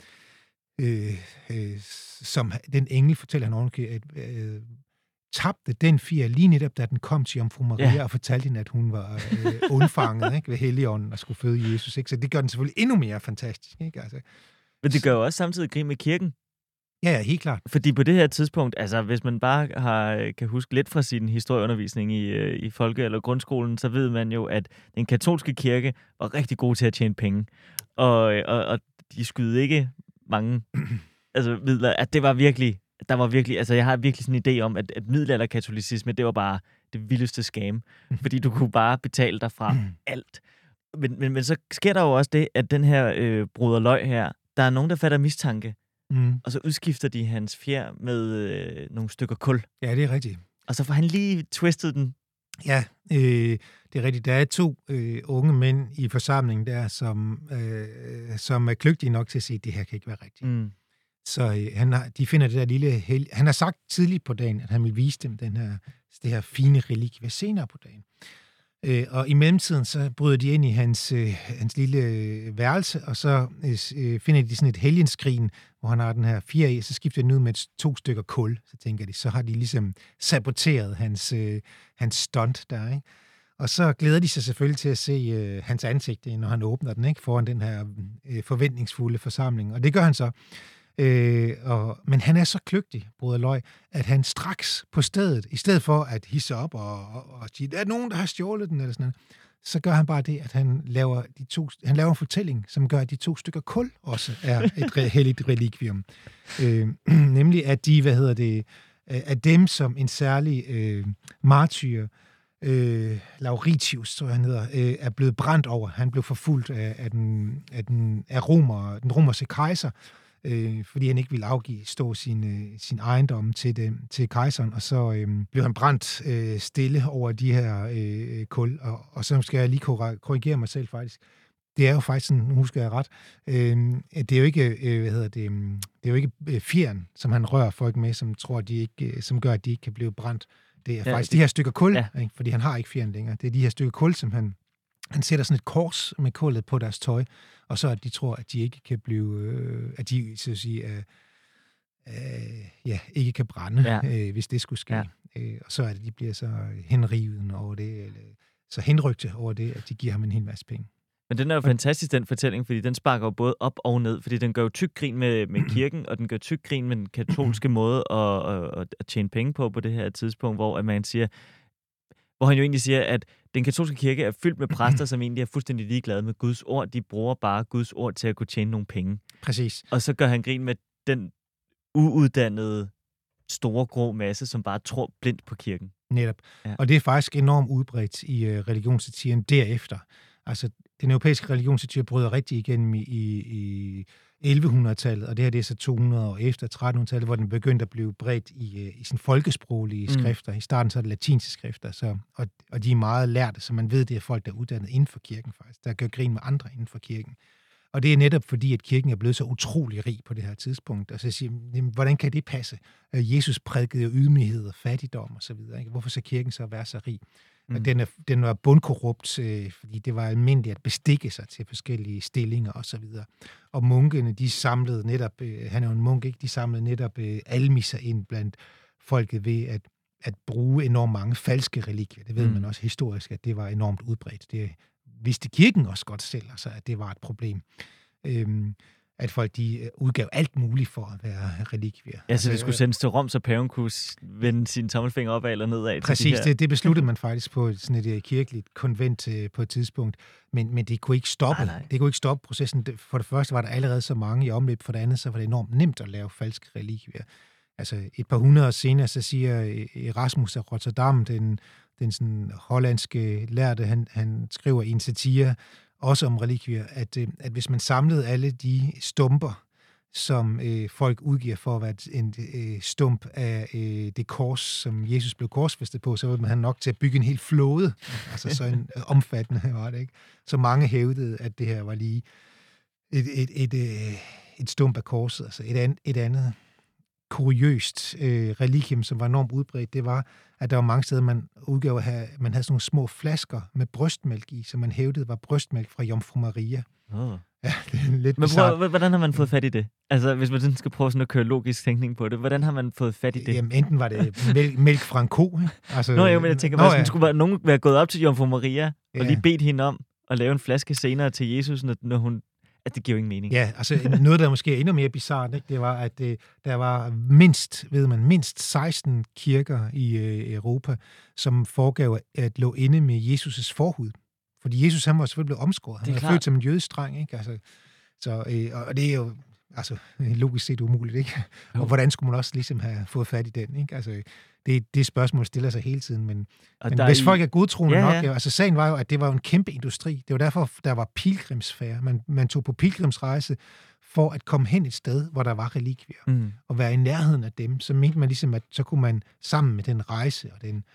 øh, øh, som den engel, fortæller han ordentligt, at øh, tabte den fjer lige netop, da den kom til Jomfru Maria, ja. Og fortalte hende, at hun var øh, undfanget, ikke? Ved Helligånden og skulle føde Jesus. Ikke? Så det gør den selvfølgelig endnu mere fantastisk. Ikke? Altså, Men det gør jo også samtidig grin med kirken. Ja, ja, helt klart. Fordi på det her tidspunkt, altså hvis man bare har, kan huske lidt fra sin historieundervisning i, i folke- eller grundskolen, så ved man jo, at den katolske kirke var rigtig god til at tjene penge. Og, og, og de skydede ikke mange altså, midler. At det var virkelig, der var virkelig, altså jeg har virkelig sådan en idé om, at, at middelalderkatolicisme, det var bare det vildeste scam. Fordi du kunne bare betale dig fra alt. Men, men, men så sker der jo også det, at den her øh, broderløg her, der er nogen, der fatter mistanke. Mm. Og så udskifter de hans fjer med øh, nogle stykker kul. Ja, det er rigtigt. Og så får han lige twistet den. Ja, øh, det er rigtigt. Der er to øh, unge mænd i forsamlingen der, som, øh, som er kløgtige nok til at sige, at det her kan ikke være rigtigt. Mm. Så øh, han har, de finder det der lille hel... Han har sagt tidligt på dagen, at han vil vise dem den her, det her fine relikvie senere på dagen. Øh, og i mellemtiden, så bryder de ind i hans, øh, hans lille øh, værelse, og så øh, finder de sådan et helgenskrin, hvor han har den her fjer i, så skifter den ud med et, to stykker kul. Så tænker de, så har de ligesom saboteret hans, øh, hans stunt der, ikke? Og så glæder de sig selvfølgelig til at se øh, hans ansigt, når han åbner den, ikke? Foran den her øh, forventningsfulde forsamling. Og det gør han så. Øh, og, men han er så kløgtig, broder Løg, at han straks på stedet, i stedet for at hisse op og, og, og sige, der er nogen, der har stjålet den, eller sådan noget, så gør han bare det, at han laver, de to, han laver en fortælling, som gør, at de to stykker kul også er et re, helligt relikvium. Øh, nemlig, at de, hvad hedder det, at dem som en særlig øh, martyr, øh, Lauritius, tror jeg han hedder, øh, er blevet brændt over. Han blev forfulgt af, af, den, af, den, af romer, den romerske kejser, Øh, fordi han ikke ville afgive stå sin, øh, sin ejendom til, det, til kejseren, og så øh, blev han brændt øh, stille over de her øh, kul, og, og så skal jeg lige korrigere mig selv faktisk. Det er jo faktisk sådan, nu husker jeg ret, øh, det er jo ikke, øh, hvad hedder det, det er jo ikke øh, fjeren, som han rører folk med, som tror, de ikke, øh, som gør, at de ikke kan blive brændt. Det er ja, faktisk det, de her stykker kul, ja. Ikke? Fordi han har ikke fjeren længere. Det er de her stykker kul, som han Han sætter sådan et kors med kullet på deres tøj, og så at de tror, at de ikke kan blive, øh, at de så at sige, øh, øh, ja, ikke kan brænde, ja. øh, hvis det skulle ske. Ja. Øh, og så er det, de bliver så henrivet over det, eller så henrygte over det, at de giver ham en hel masse penge. Men den er jo fantastisk, den fortælling, fordi den sparker jo både op og ned, fordi den gør jo tyk grin med, med kirken, og den gør tyk grin med den katolske måde at, at, at tjene penge på på det her tidspunkt, hvor at man siger, hvor han jo egentlig siger, at den katolske kirke er fyldt med præster, som egentlig er fuldstændig ligeglade med Guds ord. De bruger bare Guds ord til at kunne tjene nogle penge. Præcis. Og så gør han grin med den uuddannede, store, grå masse, som bare tror blindt på kirken. Netop. Ja. Og det er faktisk enormt udbredt i uh, religionssatiren derefter. Altså, den europæiske religionssatire bryder rigtig igennem i, i, i elleve-hundrede-tallet, og det her det er så to hundrede år efter tretten-hundrede-tallet, hvor den begyndte at blive bredt i, i sådan folkesproglige mm. skrifter. I starten så er det latinske skrifter, så, og, og de er meget lærte, så man ved, det er folk, der er uddannet inden for kirken faktisk, der gør grin med andre inden for kirken. Og det er netop fordi, at kirken er blevet så utrolig rig på det her tidspunkt. Og så siger man, hvordan kan det passe? Jesus prædikede jo ydmyghed og fattigdom og så videre. Ikke? Hvorfor så kirken så være så rig? Mm. Og den, er, den var bundkorrupt, øh, fordi det var almindeligt at bestikke sig til forskellige stillinger og så videre. Og munkene, de samlede netop, øh, han er jo en munk, ikke? De samlede netop øh, almisser ind blandt folket ved at, at bruge enormt mange falske relikvier. Det ved mm. man også historisk, at det var enormt udbredt. Det vidste kirken også godt selv, altså, at det var et problem. Øhm, at folk de udgav alt muligt for at være relikvier. Ja, så det skulle sendes til Rom, så paven kunne vende sine tommelfinger opad eller nedad. Præcis, de det, det besluttede man faktisk på sådan et kirkeligt konvent på et tidspunkt, men, men det kunne ikke stoppe. Nej, nej. Det kunne ikke stoppe processen. For det første var der allerede så mange i omløb, for det andet så var det enormt nemt at lave falske relikvier. Altså et par hundrede år senere, så siger Erasmus af Rotterdam, den, den sådan hollandske lærte, han, han skriver i en satire, også om relikvier, at, at hvis man samlede alle de stumper, som øh, folk udgiver for at være en øh, stump af øh, det kors, som Jesus blev korsfæstet på, så ville man have nok til at bygge en hel flåde. Altså så en øh, omfattende var det, ikke? Så mange hævdede, at det her var lige et, et, et, et, et stump af korset. Altså et, an, et andet kuriøst øh, religium, som var enormt udbredt, det var, at der var mange steder, man udgav at man havde sådan nogle små flasker med brystmælk i, som man hævdede var brystmælk fra Jomfru Maria. Oh. Ja, det er lidt Men prøv, hvordan har man fået fat i det? Altså, hvis man skal prøve sådan at køre logisk tænkning på det, hvordan har man fået fat i det? Jamen, enten var det mælk, mælk fra en ko, ikke? Altså, Nå, jo, men jeg tænker, nå, at ja. skulle være, nogen være gået op til Jomfru Maria Ja. og lige bedt hende om at lave en flaske senere til Jesus, når, når hun... At det giver jo ingen mening. Ja, altså noget, der måske er endnu mere bizarrt, ikke? Det var, at det, der var mindst, ved man, mindst seksten kirker i øh, Europa, som foregav at lå inde med Jesus' forhud. Fordi Jesus, han var selvfølgelig blevet omskåret. Han var født som en jødisk dreng, ikke? Altså, så, øh, og det er jo altså, logisk set umuligt, ikke? Jo. Og hvordan skulle man også ligesom have fået fat i den, ikke? Altså, det, det spørgsmål stiller sig hele tiden, men, men hvis I... folk er godtroende ja, ja. nok, ja, altså sagen var jo, at det var jo en kæmpe industri. Det var derfor, der var pilgrimsfærd. Man, man tog på pilgrimsrejse for at komme hen et sted, hvor der var relikvier, mm. og være i nærheden af dem. Så mente man ligesom, at så kunne man sammen med den rejse og den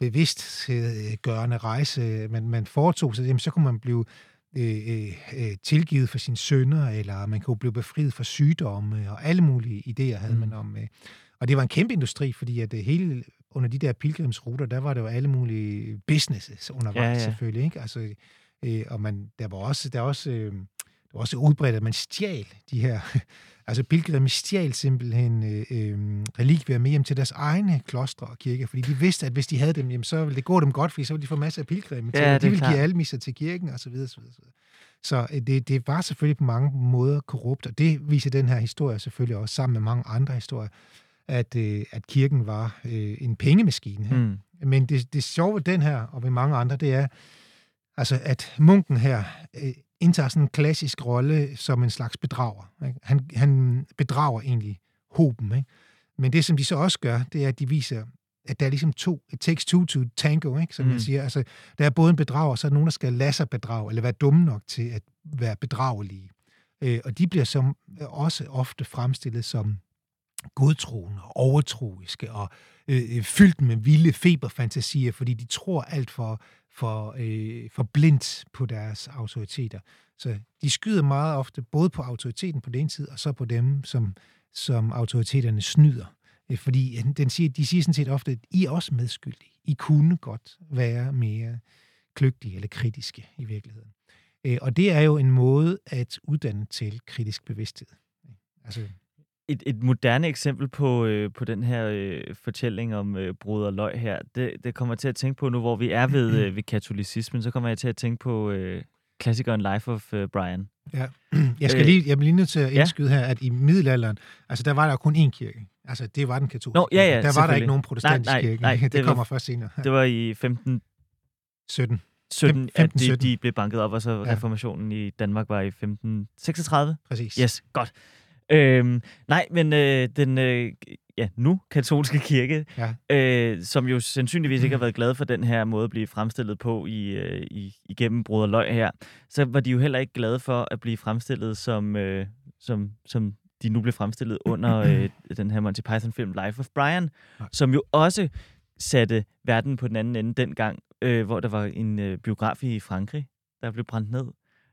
bevidstgørende rejse, man, man foretog sig, jamen, så kunne man blive øh, øh, tilgivet for sine synder, eller man kunne blive befriet for sygdomme, og alle mulige idéer havde mm. man om. Øh. Og det var en kæmpe industri, fordi at det hele under de der pilgrimsruter, der var der jo alle mulige businesses undervejs, ja, ja. selvfølgelig, ikke? Altså, øh, og man, der var også, der var også, øh, der var også udbredt, at man stjal de her, altså pilgrimme stjal simpelthen øh, øh, relikvier med hjem til deres egne klostre og kirker, fordi de vidste, at hvis de havde dem, jamen, så ville det gå dem godt, fordi så ville de få masser af pilgrimme til, ja, de ville give almisser til kirken, og så videre, så videre, så videre. Så det, det var selvfølgelig på mange måder korrupt, og det viser den her historie selvfølgelig også, sammen med mange andre historier, at, øh, at kirken var øh, en pengemaskine. Mm. Men det, det sjove ved den her, og ved mange andre, det er, altså, at munken her øh, indtager sådan en klassisk rolle som en slags bedrager. Ikke? Han, han bedrager egentlig hoben. Ikke? Men det, som de så også gør, det er, at de viser, at der er ligesom to, it takes two to tango, ikke? Som mm. man siger. Altså, der er både en bedrager, så er der nogen, der skal lade sig bedrage, eller være dumme nok til at være bedragelige. Øh, og de bliver som også ofte fremstillet som godtroende, overtroiske og øh, fyldt med vilde feberfantasier, fordi de tror alt for, for, øh, for blindt på deres autoriteter. Så de skyder meget ofte både på autoriteten på den ene side, og så på dem, som, som autoriteterne snyder. Fordi den siger, de siger sådan set ofte, at I er også medskyldige. I kunne godt være mere kløgtige eller kritiske i virkeligheden. Og det er jo en måde at uddanne til kritisk bevidsthed. Altså Et, et moderne eksempel på, øh, på den her øh, fortælling om øh, brød og løg her, det, det kommer til at tænke på nu, hvor vi er ved, øh, ved katolicismen, så kommer jeg til at tænke på øh, klassikeren Life of øh, Brian. Ja, jeg skal lige, jeg bliver lige nødt til at indskyde ja. her, at i middelalderen, altså der var der kun én kirke. Altså det var den katolske. Nå, ja, ja, der var der ikke nogen protestantisk nej, nej, kirke. Nej, det, det kommer var, først senere. Det var i femten sytten sytten, at de, de blev banket op, og så ja. reformationen i Danmark var i femten seksogtredive. Præcis. Yes, godt. Øhm, nej, men øh, den øh, ja, nu katolske kirke, ja. øh, som jo sandsynligvis ikke har været glade for den her måde at blive fremstillet på i, øh, i, igennem brød og løg her, så var de jo heller ikke glade for at blive fremstillet som, øh, som, som de nu blev fremstillet under øh, den her Monty Python-film Life of Brian, ja. som jo også satte verden på den anden ende dengang, øh, hvor der var en øh, biograf i Frankrig, der blev brændt ned.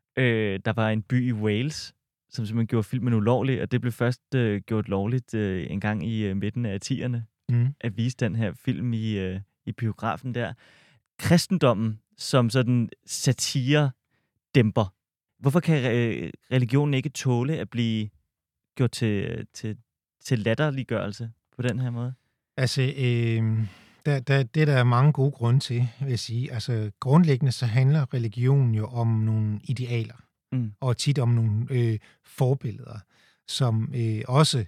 Øh, der var en by i Wales, som simpelthen gjorde filmen ulovlig, og det blev først øh, gjort lovligt øh, en gang i øh, midten af tierne mm. at vise den her film i, øh, i biografen der. Kristendommen som sådan satire-dæmper. Hvorfor kan øh, religionen ikke tåle at blive gjort til, til, til latterliggørelse på den her måde? Altså, øh, der, der, det der er mange gode grunde til, vil jeg sige. Altså, grundlæggende så handler religion jo om nogle idealer. Mm. Og tit om nogle øh, forbilleder, som øh, også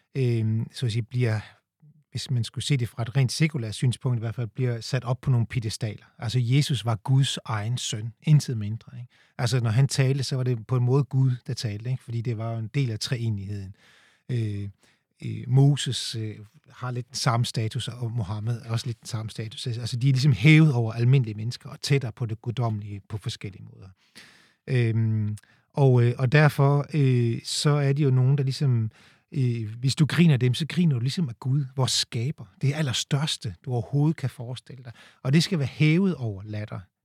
øh, så at sige, bliver, hvis man skulle se det fra et rent sekulært synspunkt i hvert fald, bliver sat op på nogle piedestaler. Altså Jesus var Guds egen søn, intet mindre. Ikke? Altså når han talte, så var det på en måde Gud, der talte, ikke? Fordi det var en del af treenigheden. Øh, øh, Moses øh, har lidt den samme status, og Mohammed er også lidt den samme status. Altså de er ligesom hævet over almindelige mennesker og tættere på det guddommelige på forskellige måder. Øhm, og, øh, og derfor øh, så er de jo nogen, der ligesom, øh, hvis du griner dem, så griner du ligesom af Gud, vores skaber. Det er allerstørste, du overhovedet kan forestille dig. Og det skal være hævet over latter.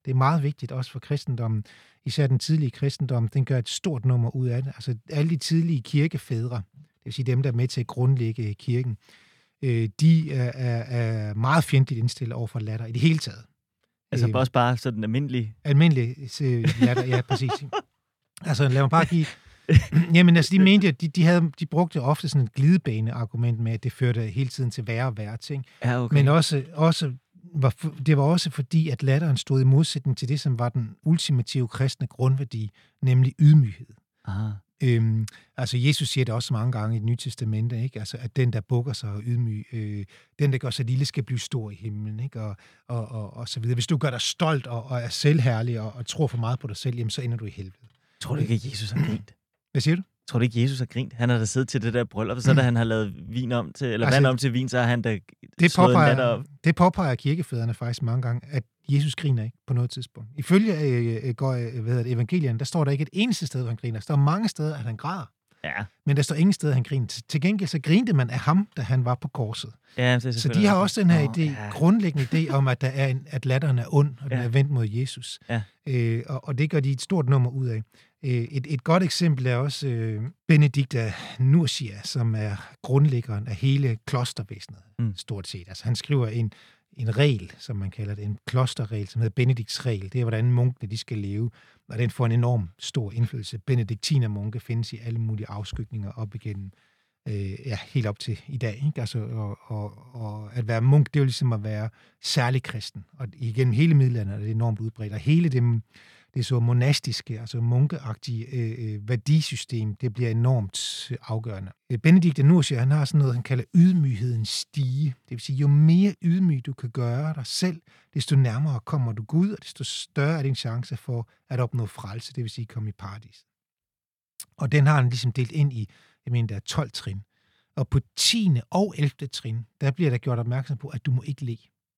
Det er meget vigtigt også for kristendommen, især den tidlige kristendom, den gør et stort nummer ud af det. Altså alle de tidlige kirkefædre, det vil sige dem, der er med til at grundlægge kirken, øh, de er, er, er meget fjendtligt indstillet over for latter i det hele taget. Altså øh, også bare sådan almindelig... Almindelig øh, latter, ja, præcis. Altså lad mig bare give... Jamen altså, de mente, at de, de, havde, de brugte ofte sådan et glidebane-argument med, at det førte hele tiden til værre og værre ting. Ja, okay. Men også, også var, det var også fordi, at latteren stod i modsætning til det, som var den ultimative kristne grundværdi, nemlig ydmyghed. Aha. Øhm, altså Jesus siger det også mange gange i Det Nye Testamente, ikke? Altså, at den, der bukker sig og ydmyg, øh, den, der gør sig lille, skal blive stor i himlen, ikke? Og, og, og, og så videre. Hvis du gør dig stolt og, og er selvherlig og, og tror for meget på dig selv, jamen, så ender du i helvede. Tror du ikke, at Jesus har grint? Hvad siger du? Tror du ikke, Jesus har grint? Han har da siddet til det der bryllup, og så da han har lavet vin om til, eller altså, vand om til vin, så har han da det slået påpeger, en latter op. Det påpeger kirkefædrene faktisk mange gange, at Jesus griner ikke på noget tidspunkt. Ifølge øh, går, hvad hedder det, evangelierne, der står der ikke et eneste sted, hvor han griner. Der står mange steder, at han græder. Ja. Men der står ingen steder, han griner. Til gengæld så grinte man af ham, da han var på korset. Ja, det er så de har også den her oh, idé, ja. grundlæggende idé om, at, der er en, at latteren er ond, og den ja. er vendt mod Jesus. Ja. Øh, og, og det gør de et stort nummer ud af. Øh, et, et godt eksempel er også øh, Benedikt af Nursia, som er grundlæggeren af hele klostervæsenet, mm. stort set. Altså han skriver en, en regel, som man kalder det, en klosterregel, som hedder Benedikts regel. Det er, hvordan munkene de skal leve, og den får en enorm stor indflydelse. Benediktinermunke findes i alle mulige afskygninger op igennem, øh, ja, helt op til i dag. Ikke? Altså, og, og, og at være munk, det er jo ligesom at være særlig kristen. Og igennem hele middelalderen er det enormt udbredt. Og hele det, det så monastiske, altså munkeagtige øh, værdisystem, det bliver enormt afgørende. Benedikt af Nursia, han har sådan noget, han kalder ydmyghedens stige. Det vil sige, jo mere ydmyg du kan gøre dig selv, desto nærmere kommer du Gud, og desto større er din chance for at opnå frelse, det vil sige komme i paradis. Og den har han ligesom delt ind i, jeg mener, der er tolv trin. Og på tiende og ellevte trin, der bliver der gjort opmærksom på, at du må ikke le.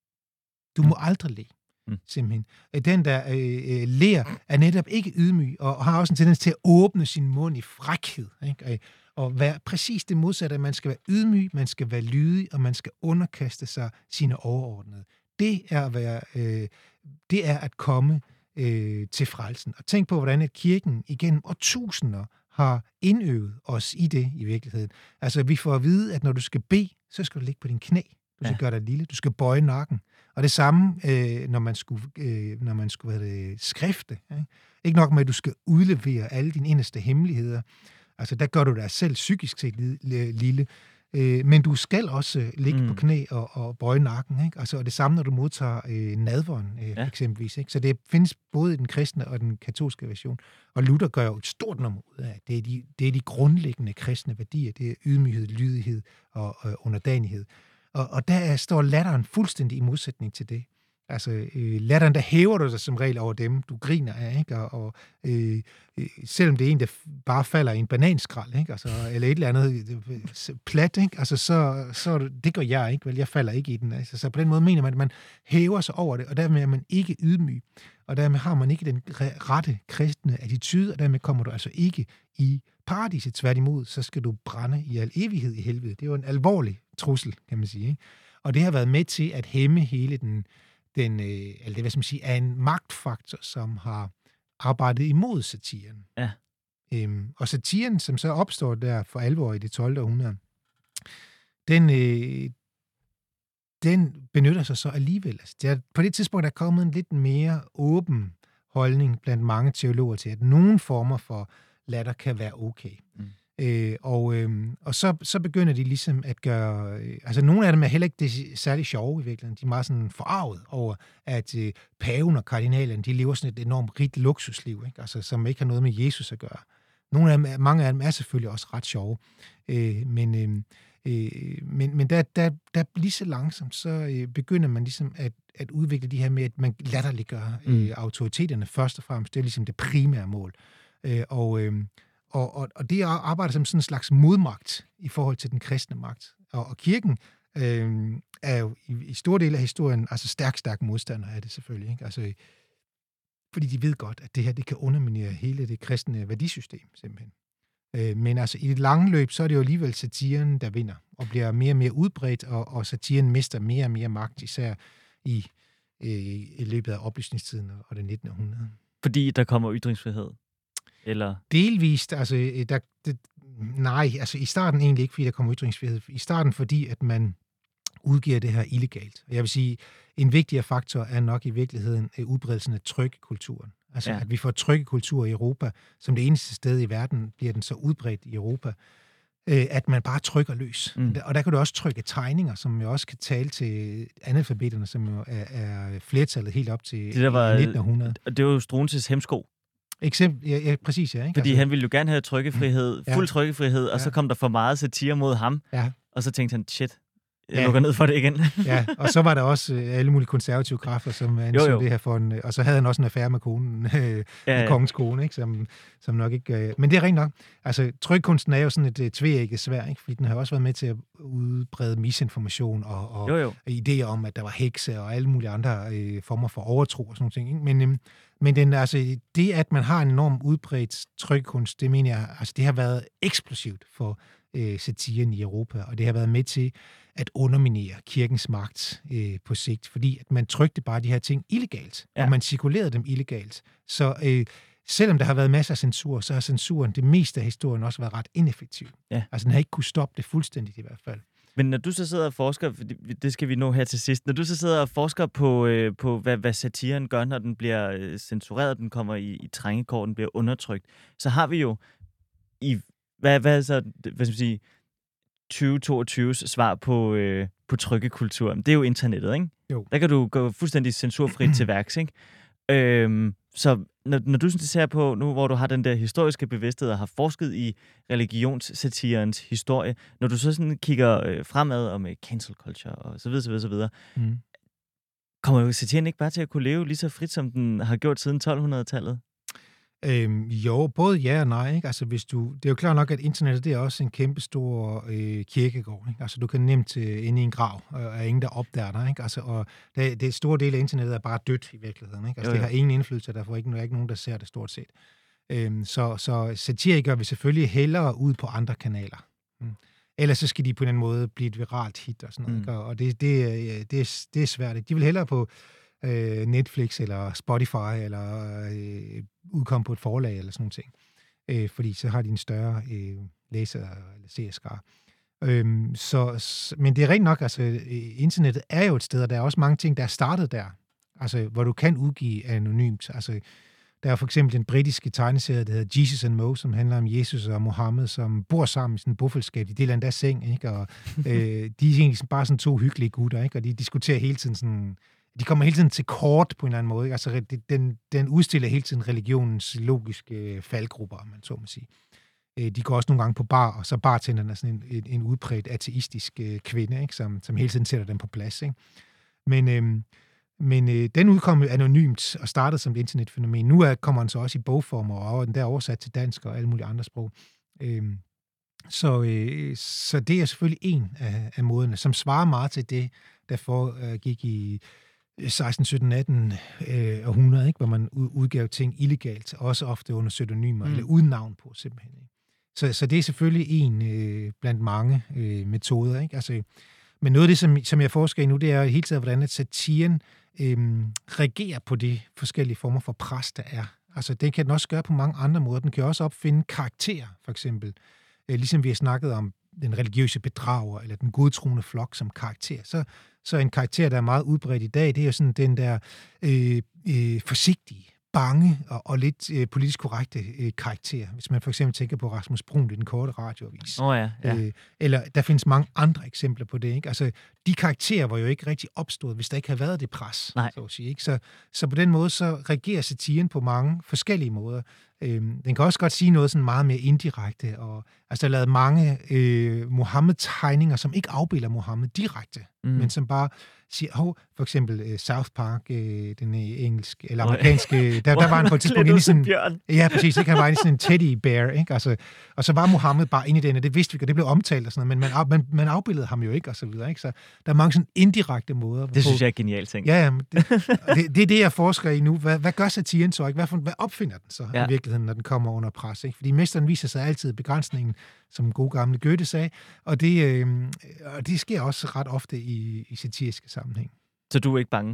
Du må aldrig le. Mm. Simpelthen. Den, der øh, ler, er netop ikke ydmyg, og har også en tendens til at åbne sin mund i frækhed. Ikke? Og være præcis det modsatte, at man skal være ydmyg, man skal være lydig, og man skal underkaste sig sine overordnede. Det er at, være, øh, det er at komme øh, til frelsen. Og tænk på, hvordan at kirken igennem årtusinder har indøvet os i det i virkeligheden. Altså, vi får at vide, at når du skal bede, så skal du ligge på din knæ. Du skal ja. gøre dig lille. Du skal bøje nakken. Og det samme, øh, når man skulle, øh, når man skulle have det skrifte. Ikke? Ikke nok med, at du skal udlevere alle dine inderste hemmeligheder. Altså, der gør du dig selv psykisk set lille. Øh, men du skal også ligge mm. på knæ og, og bøje nakken. Ikke? Altså, og det samme, når du modtager øh, nadveren, øh, ja. eksempelvis. Ikke? Så det findes både i den kristne og den katolske version. Og Luther gør jo et stort nummer ud af, det er de, det er de grundlæggende kristne værdier. Det er ydmyghed, lydighed og øh, underdanighed. Og, og der står latteren fuldstændig i modsætning til det. Altså, øh, latteren, der hæver du dig som regel over dem, du griner af, ikke? Og, og øh, øh, selvom det er en, der bare falder i en bananskrald, ikke? Altså, eller et eller andet øh, plat, ikke? Altså, så, så det gør jeg ikke, vel? Jeg falder ikke i den. Altså, så på den måde mener man, at man hæver sig over det, og dermed er man ikke ydmyg, og dermed har man ikke den rette kristne attitude, og dermed kommer du altså ikke i paradiset. Tværtimod, så skal du brænde i al evighed i helvede. Det er jo en alvorlig trussel, kan man sige, ikke? Og det har været med til at hæmme hele den Den, øh, eller det, hvad skal man sige, er en magtfaktor, som har arbejdet imod satiren. Ja. Øhm, og satiren, som så opstår der for alvor i det tolvte århundrede, den, øh, den benytter sig så alligevel. Altså, der, på det tidspunkt er kommet en lidt mere åben holdning blandt mange teologer til, at nogle former for latter kan være okay. Mm. Øh, og øh, og så, så begynder de ligesom at gøre... Øh, altså, nogle af dem er heller ikke det særlig sjove i virkeligheden. De er meget sådan forarvet over, at øh, paven og kardinalerne, de lever sådan et enormt rigt luksusliv, ikke? Altså, som ikke har noget med Jesus at gøre. Nogle af dem, mange af dem er selvfølgelig også ret sjove. Øh, men øh, øh, men, men der, der, der lige så langsomt, så øh, begynder man ligesom at, at udvikle de her med, at man latterliggør øh, mm. autoriteterne først og fremmest. Det er ligesom det primære mål. Øh, og... Øh, Og, og, og det arbejder som sådan en slags modmagt i forhold til den kristne magt. Og, og kirken øh, er jo i, i store dele af historien altså stærk, stærk modstander af det selvfølgelig. Ikke? Altså, fordi de ved godt, at det her det kan underminere hele det kristne værdisystem simpelthen. Øh, men altså i det lange løb, så er det jo alligevel satiren, der vinder og bliver mere og mere udbredt, og, og satiren mister mere og mere magt, især i øh, i løbet af oplysningstiden og det nittende århundrede. Fordi der kommer ytringsfrihed? Eller? Delvist, altså, der, det, nej, altså i starten egentlig ikke, fordi der kommer ytringsfrihed. I starten fordi, at man udgiver det her illegalt. Jeg vil sige, en vigtigere faktor er nok i virkeligheden udbredelsen af trykkekulturen. Altså, ja. At vi får trykkekultur i Europa, som det eneste sted i verden bliver den så udbredt i Europa, at man bare trykker løs. Mm. Og der kan du også trykke tegninger, som jo også kan tale til analfabeterne, som jo er, er flertallet helt op til det der var, nittende århundrede. Og det var jo Struensees hemsko. Eksempel, ja, ja, præcis, ja. Ikke? Fordi altså, han ville jo gerne have trykkefrihed, fuld ja. trykkefrihed, og ja. så kom der for meget satire mod ham, ja. og så tænkte han, shit, jeg ja. lukker ned for det igen. Ja, og så var der også øh, alle mulige konservative kræfter, som anså jo, jo. det her for en... Og så havde han også en affære med konen, øh, ja, ja. kongens kone, ikke? Som, som nok ikke... Øh, men det er rent nok. Altså, trykkunsten er jo sådan et øh, tveægget sværd, ikke? Fordi den har også været med til at udbrede misinformation og, og, jo, jo. og idéer om, at der var hekse og alle mulige andre øh, former for overtro og sådan nogle ting, ikke? Men, øh, men den, altså, det, at man har en enorm udbredt trykkunst, det mener jeg, altså, det har været eksplosivt for øh, satiren i Europa, og det har været med til at underminere kirkens magt øh, på sigt, fordi at man trykte bare de her ting illegalt, ja. og man cirkulerede dem illegalt. Så øh, selvom der har været masser af censur, så har censuren det meste af historien også været ret ineffektiv. Ja. Altså den har ikke kunne stoppe det fuldstændigt i hvert fald. Men når du så sidder og forsker, det skal vi nå her til sidst, når du så sidder og forsker på, øh, på hvad, hvad satiren gør, når den bliver øh, censureret, den kommer i, i trængekår, den bliver undertrykt, så har vi jo i, hvad, hvad så, hvad skal man sige, tyve toogtyves svar på, øh, på trykkekultur. Det er jo internettet, ikke? Jo. Der kan du gå fuldstændig censurfrit til værks, ikke? Øhm, så når, når du ser på nu, hvor du har den der historiske bevidsthed og har forsket i religionssatirens historie, når du så sådan kigger øh, fremad og med cancel culture og så videre, så videre, så videre, mm. kommer jo satiren ikke bare til at kunne leve lige så frit, som den har gjort siden tolv-hundrede-tallet? Øhm, jo, både ja og nej. Ikke? Altså, hvis du, det er jo klart nok, at internettet det er også en kæmpe stor øh, kirkegård. Ikke? Altså, du kan nemt øh, inde i en grav, og er ingen, der opdager dig. Ikke? Altså, og det, det store del af internettet er bare dødt i virkeligheden. Ikke? Altså, jo, jo. Det har ingen indflydelse, der får ikke, der er ikke nogen, der ser det stort set. Øhm, så, så satirikere vil selvfølgelig hellere ud på andre kanaler. Mm. Ellers så skal de på en anden måde blive et viralt hit og sådan noget. Mm. Ikke? Og det, det, det, er, det er svært. Ikke? De vil hellere på øh, Netflix eller Spotify eller øh, udkomme på et forlag eller sådan nogle ting. Øh, fordi så har de en større øh, læser- eller seerskare. Øhm, så, s- men det er rent nok, altså internettet er jo et sted, og der er også mange ting, der er startet der. Altså, hvor du kan udgive anonymt. Altså, der er for eksempel den britiske tegneserie, der hedder Jesus and Mo, som handler om Jesus og Mohammed, som bor sammen i sådan et bofællesskab. De deler endda seng, ikke? Og øh, de er egentlig bare sådan to hyggelige gutter, ikke? Og de diskuterer hele tiden sådan... De kommer hele tiden til kort på en eller anden måde, ikke? Altså, den, den udstiller hele tiden religionens logiske faldgrupper, om man så må sige. De går også nogle gange på bar, og så bartenderen er sådan en, en, en udbredt ateistisk kvinde, ikke? Som, som hele tiden sætter dem på plads. Ikke? Men, øhm, men øh, den udkom anonymt og startede som et internetfænomen. Nu er, kommer den så også i bogformer, og den der er oversat til dansk og alle mulige andre sprog. Øhm, så, øh, så det er selvfølgelig en af, af måderne, som svarer meget til det, der foregik i seksten, sytten, atten øh, århundrede, ikke? Hvor man udgav ting illegalt, også ofte under pseudonymer, mm. eller uden navn på simpelthen. Ikke? Så, så det er selvfølgelig en øh, blandt mange øh, metoder. Ikke? Altså, men noget af det, som, som jeg forsker i nu, det er hele tiden, hvordan at satiren øh, reagerer på de forskellige former for pres, der er. Altså, det kan den også gøre på mange andre måder. Den kan også opfinde karakterer, for eksempel. Øh, ligesom vi har snakket om den religiøse bedrager, eller den godtroende flok som karakter. Så, så en karakter, der er meget udbredt i dag, det er jo sådan den der øh, øh, forsigtige, bange og, og lidt øh, politisk korrekte øh, karakter. Hvis man for eksempel tænker på Rasmus Bruun i Den Korte Radioavis. Oh ja, ja. Øh, eller der findes mange andre eksempler på det. Ikke? Altså, de karakterer var jo ikke rigtig opstået, hvis der ikke havde været det pres. Så, at sige, ikke? Så, så på den måde, så reagerer satiren på mange forskellige måder. Øhm, den kan også godt sige noget sådan meget mere indirekte. Og, altså, der er lavet mange øh, Mohammed-tegninger, som ikke afbilder Mohammed direkte, mm. men som bare siger, hov, for eksempel uh, South Park, uh, den engelske, eller amerikanske, der, der var han på et tidspunkt inde i sådan... Ja, præcis, ikke? Han var inde i sådan en teddy bear, ikke? Altså, og så var Mohammed bare inde i den, og det vidste vi, og det blev omtalt og sådan noget, men man, man, man afbildede ham jo ikke, og så videre, ikke? Så der er mange sådan indirekte måder. Det synes jeg er genialt ting. Ja, ja, det, det, det er det, jeg forsker i nu. Hvad, hvad gør satiren så, ikke? Hvad, for, hvad opfinder den så ja. i virkeligheden, når den kommer under pres, ikke? Fordi mesteren viser sig altid begrænsningen, som god gamle Goethe sagde, og det, øh, og det sker også ret ofte i, i satiriske sammenhæng. Så du er ikke bange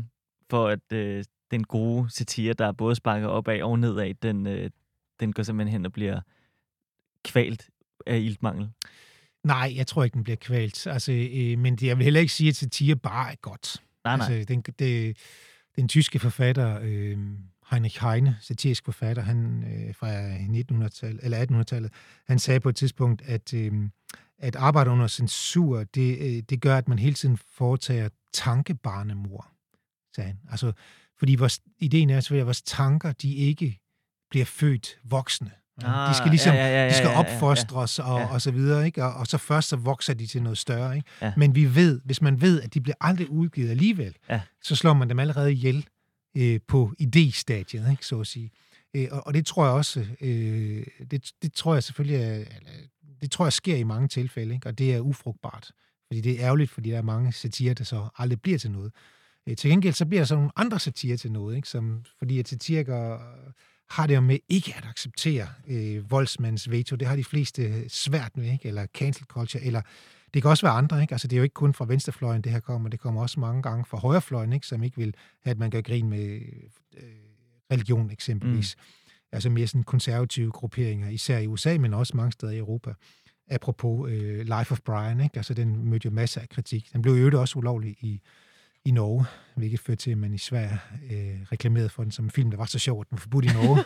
for at øh, den gode satire, der både sparker opad og nedad, den, øh, den går simpelthen hen og bliver kvalt af iltmangel? Nej, jeg tror ikke, den bliver kvalt. Altså, øh, men det, jeg vil heller ikke sige, at satire bare er godt. Nej, nej. Altså, den, det, den tyske forfatter, øh, Heinrich Heine, satirisk forfatter, han øh, fra nittenhundredetallet, eller attenhundredetallet, han sagde på et tidspunkt, at, øh, at arbejde under censur, det, øh, det gør, at man hele tiden foretager tankebarnemord, sagde han. Altså, fordi vores, ideen er selvfølgelig, at vores tanker, de ikke bliver født voksne. Ah, de skal ligesom, ja, ja, ja, de skal ja, ja, opfostres og, ja. og så videre, ikke? Og, og så først så vokser de til noget større, ikke? Ja. Men vi ved, hvis man ved, at de bliver aldrig udgivet alligevel, ja. så slår man dem allerede ihjel øh, på idéstadiet, ikke? Så at sige. Øh, og, og det tror jeg også, øh, det, det tror jeg selvfølgelig, er, eller, det tror jeg sker i mange tilfælde, ikke? Og det er ufrugtbart, fordi det er ærgerligt, fordi der er mange satirer, der så aldrig bliver til noget. Øh, til gengæld så bliver der så nogle andre satirer til noget, ikke? Som, fordi at satirikere har det jo med ikke at acceptere øh, voldsmandens veto. Det har de fleste svært med, ikke? Eller cancel culture, eller det kan også være andre, ikke? Altså det er jo ikke kun fra venstrefløjen, det her kommer, det kommer også mange gange fra højrefløjen, ikke? Som ikke vil have, at man gør grin med øh, religion eksempelvis. Mm. Altså mere sådan konservative grupperinger, især i U S A, men også mange steder i Europa. Apropos øh, Life of Brian, ikke? Altså den mødte jo masser af kritik. Den blev jo øvrigt også ulovlig i i Norge, hvilket førte til, at man i Sverige øh, reklamerede for den som en film, der var så sjov, at den var forbudt i Norge.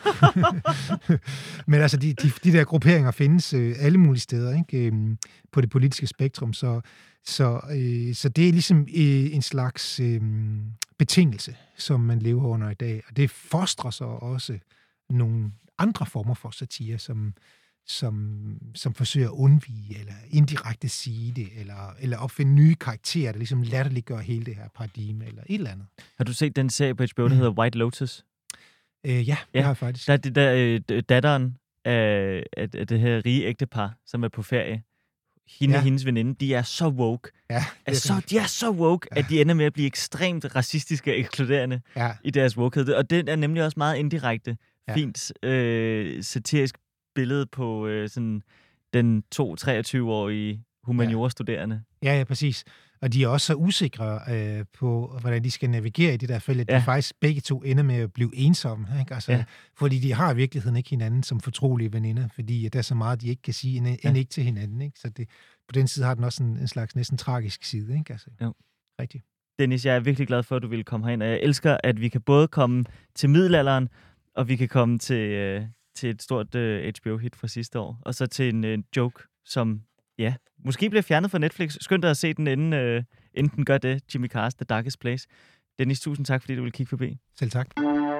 Men altså, de, de, de der grupperinger findes øh, alle mulige steder, ikke? Øh, på det politiske spektrum, så, så, øh, så det er ligesom øh, en slags øh, betingelse, som man lever under i dag, og det fostrer så også nogle andre former for satire, som Som, som forsøger at undvige, eller indirekte sige det, eller, eller opfinde nye karakterer, der ligesom latterliggør hele det her paradigme, eller et eller andet. Har du set den serie på H B O, der hedder White Lotus? Øh, ja, det ja, har jeg faktisk. Der er det der øh, datteren af, af, af det her rige ægtepar, som er på ferie. Hende ja. og hendes veninde, de er så woke. Ja, er så, de er så woke, ja. at de ender med at blive ekstremt racistiske og ekskluderende ja. i deres wokehed. Og det er nemlig også meget indirekte, ja. fint øh, satirisk billede på øh, sådan den to treogtyve-årige humaniora-studerende. Ja, ja, præcis. Og de er også så usikre øh, på, hvordan de skal navigere i det der felt, at ja. de faktisk begge to ender med at blive ensomme. Ikke? Altså, ja. Fordi de har i virkeligheden ikke hinanden som fortrolige veninder, fordi der er så meget, de ikke kan sige, end, ja. end ikke til hinanden. Ikke? Så det, på den side har den også en, en slags næsten tragisk side. Ikke? Altså, jo. Rigtigt. Dennis, jeg er virkelig glad for, at du ville komme herind, og jeg elsker, at vi kan både komme til middelalderen, og vi kan komme til... Øh, til et stort uh, H B O-hit fra sidste år, og så til en uh, joke, som, ja, måske bliver fjernet fra Netflix. Skønt at se den, inden, uh, inden den gør det. Jimmy Carr's The Darkest Place. Dennis, tusind tak, fordi du ville kigge forbi. Selv tak.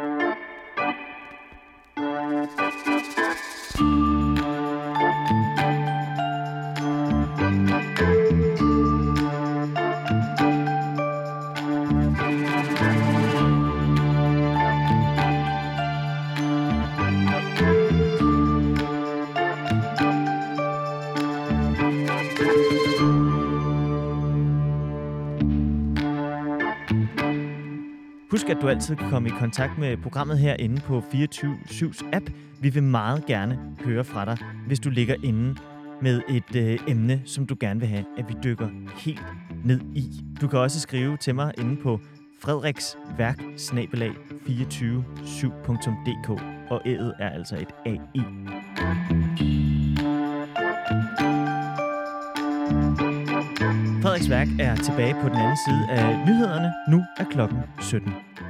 Husk, at du altid kan komme i kontakt med programmet herinde på fireogtyve syvs app. Vi vil meget gerne høre fra dig, hvis du ligger inde med et øh, emne, som du gerne vil have, at vi dykker helt ned i. Du kan også skrive til mig inde på frederiksværk snabel-a to fire syv punktum d k, og ædet er altså et A I. Frederiksværk er tilbage på den anden side af nyhederne. Nu er klokken sytten.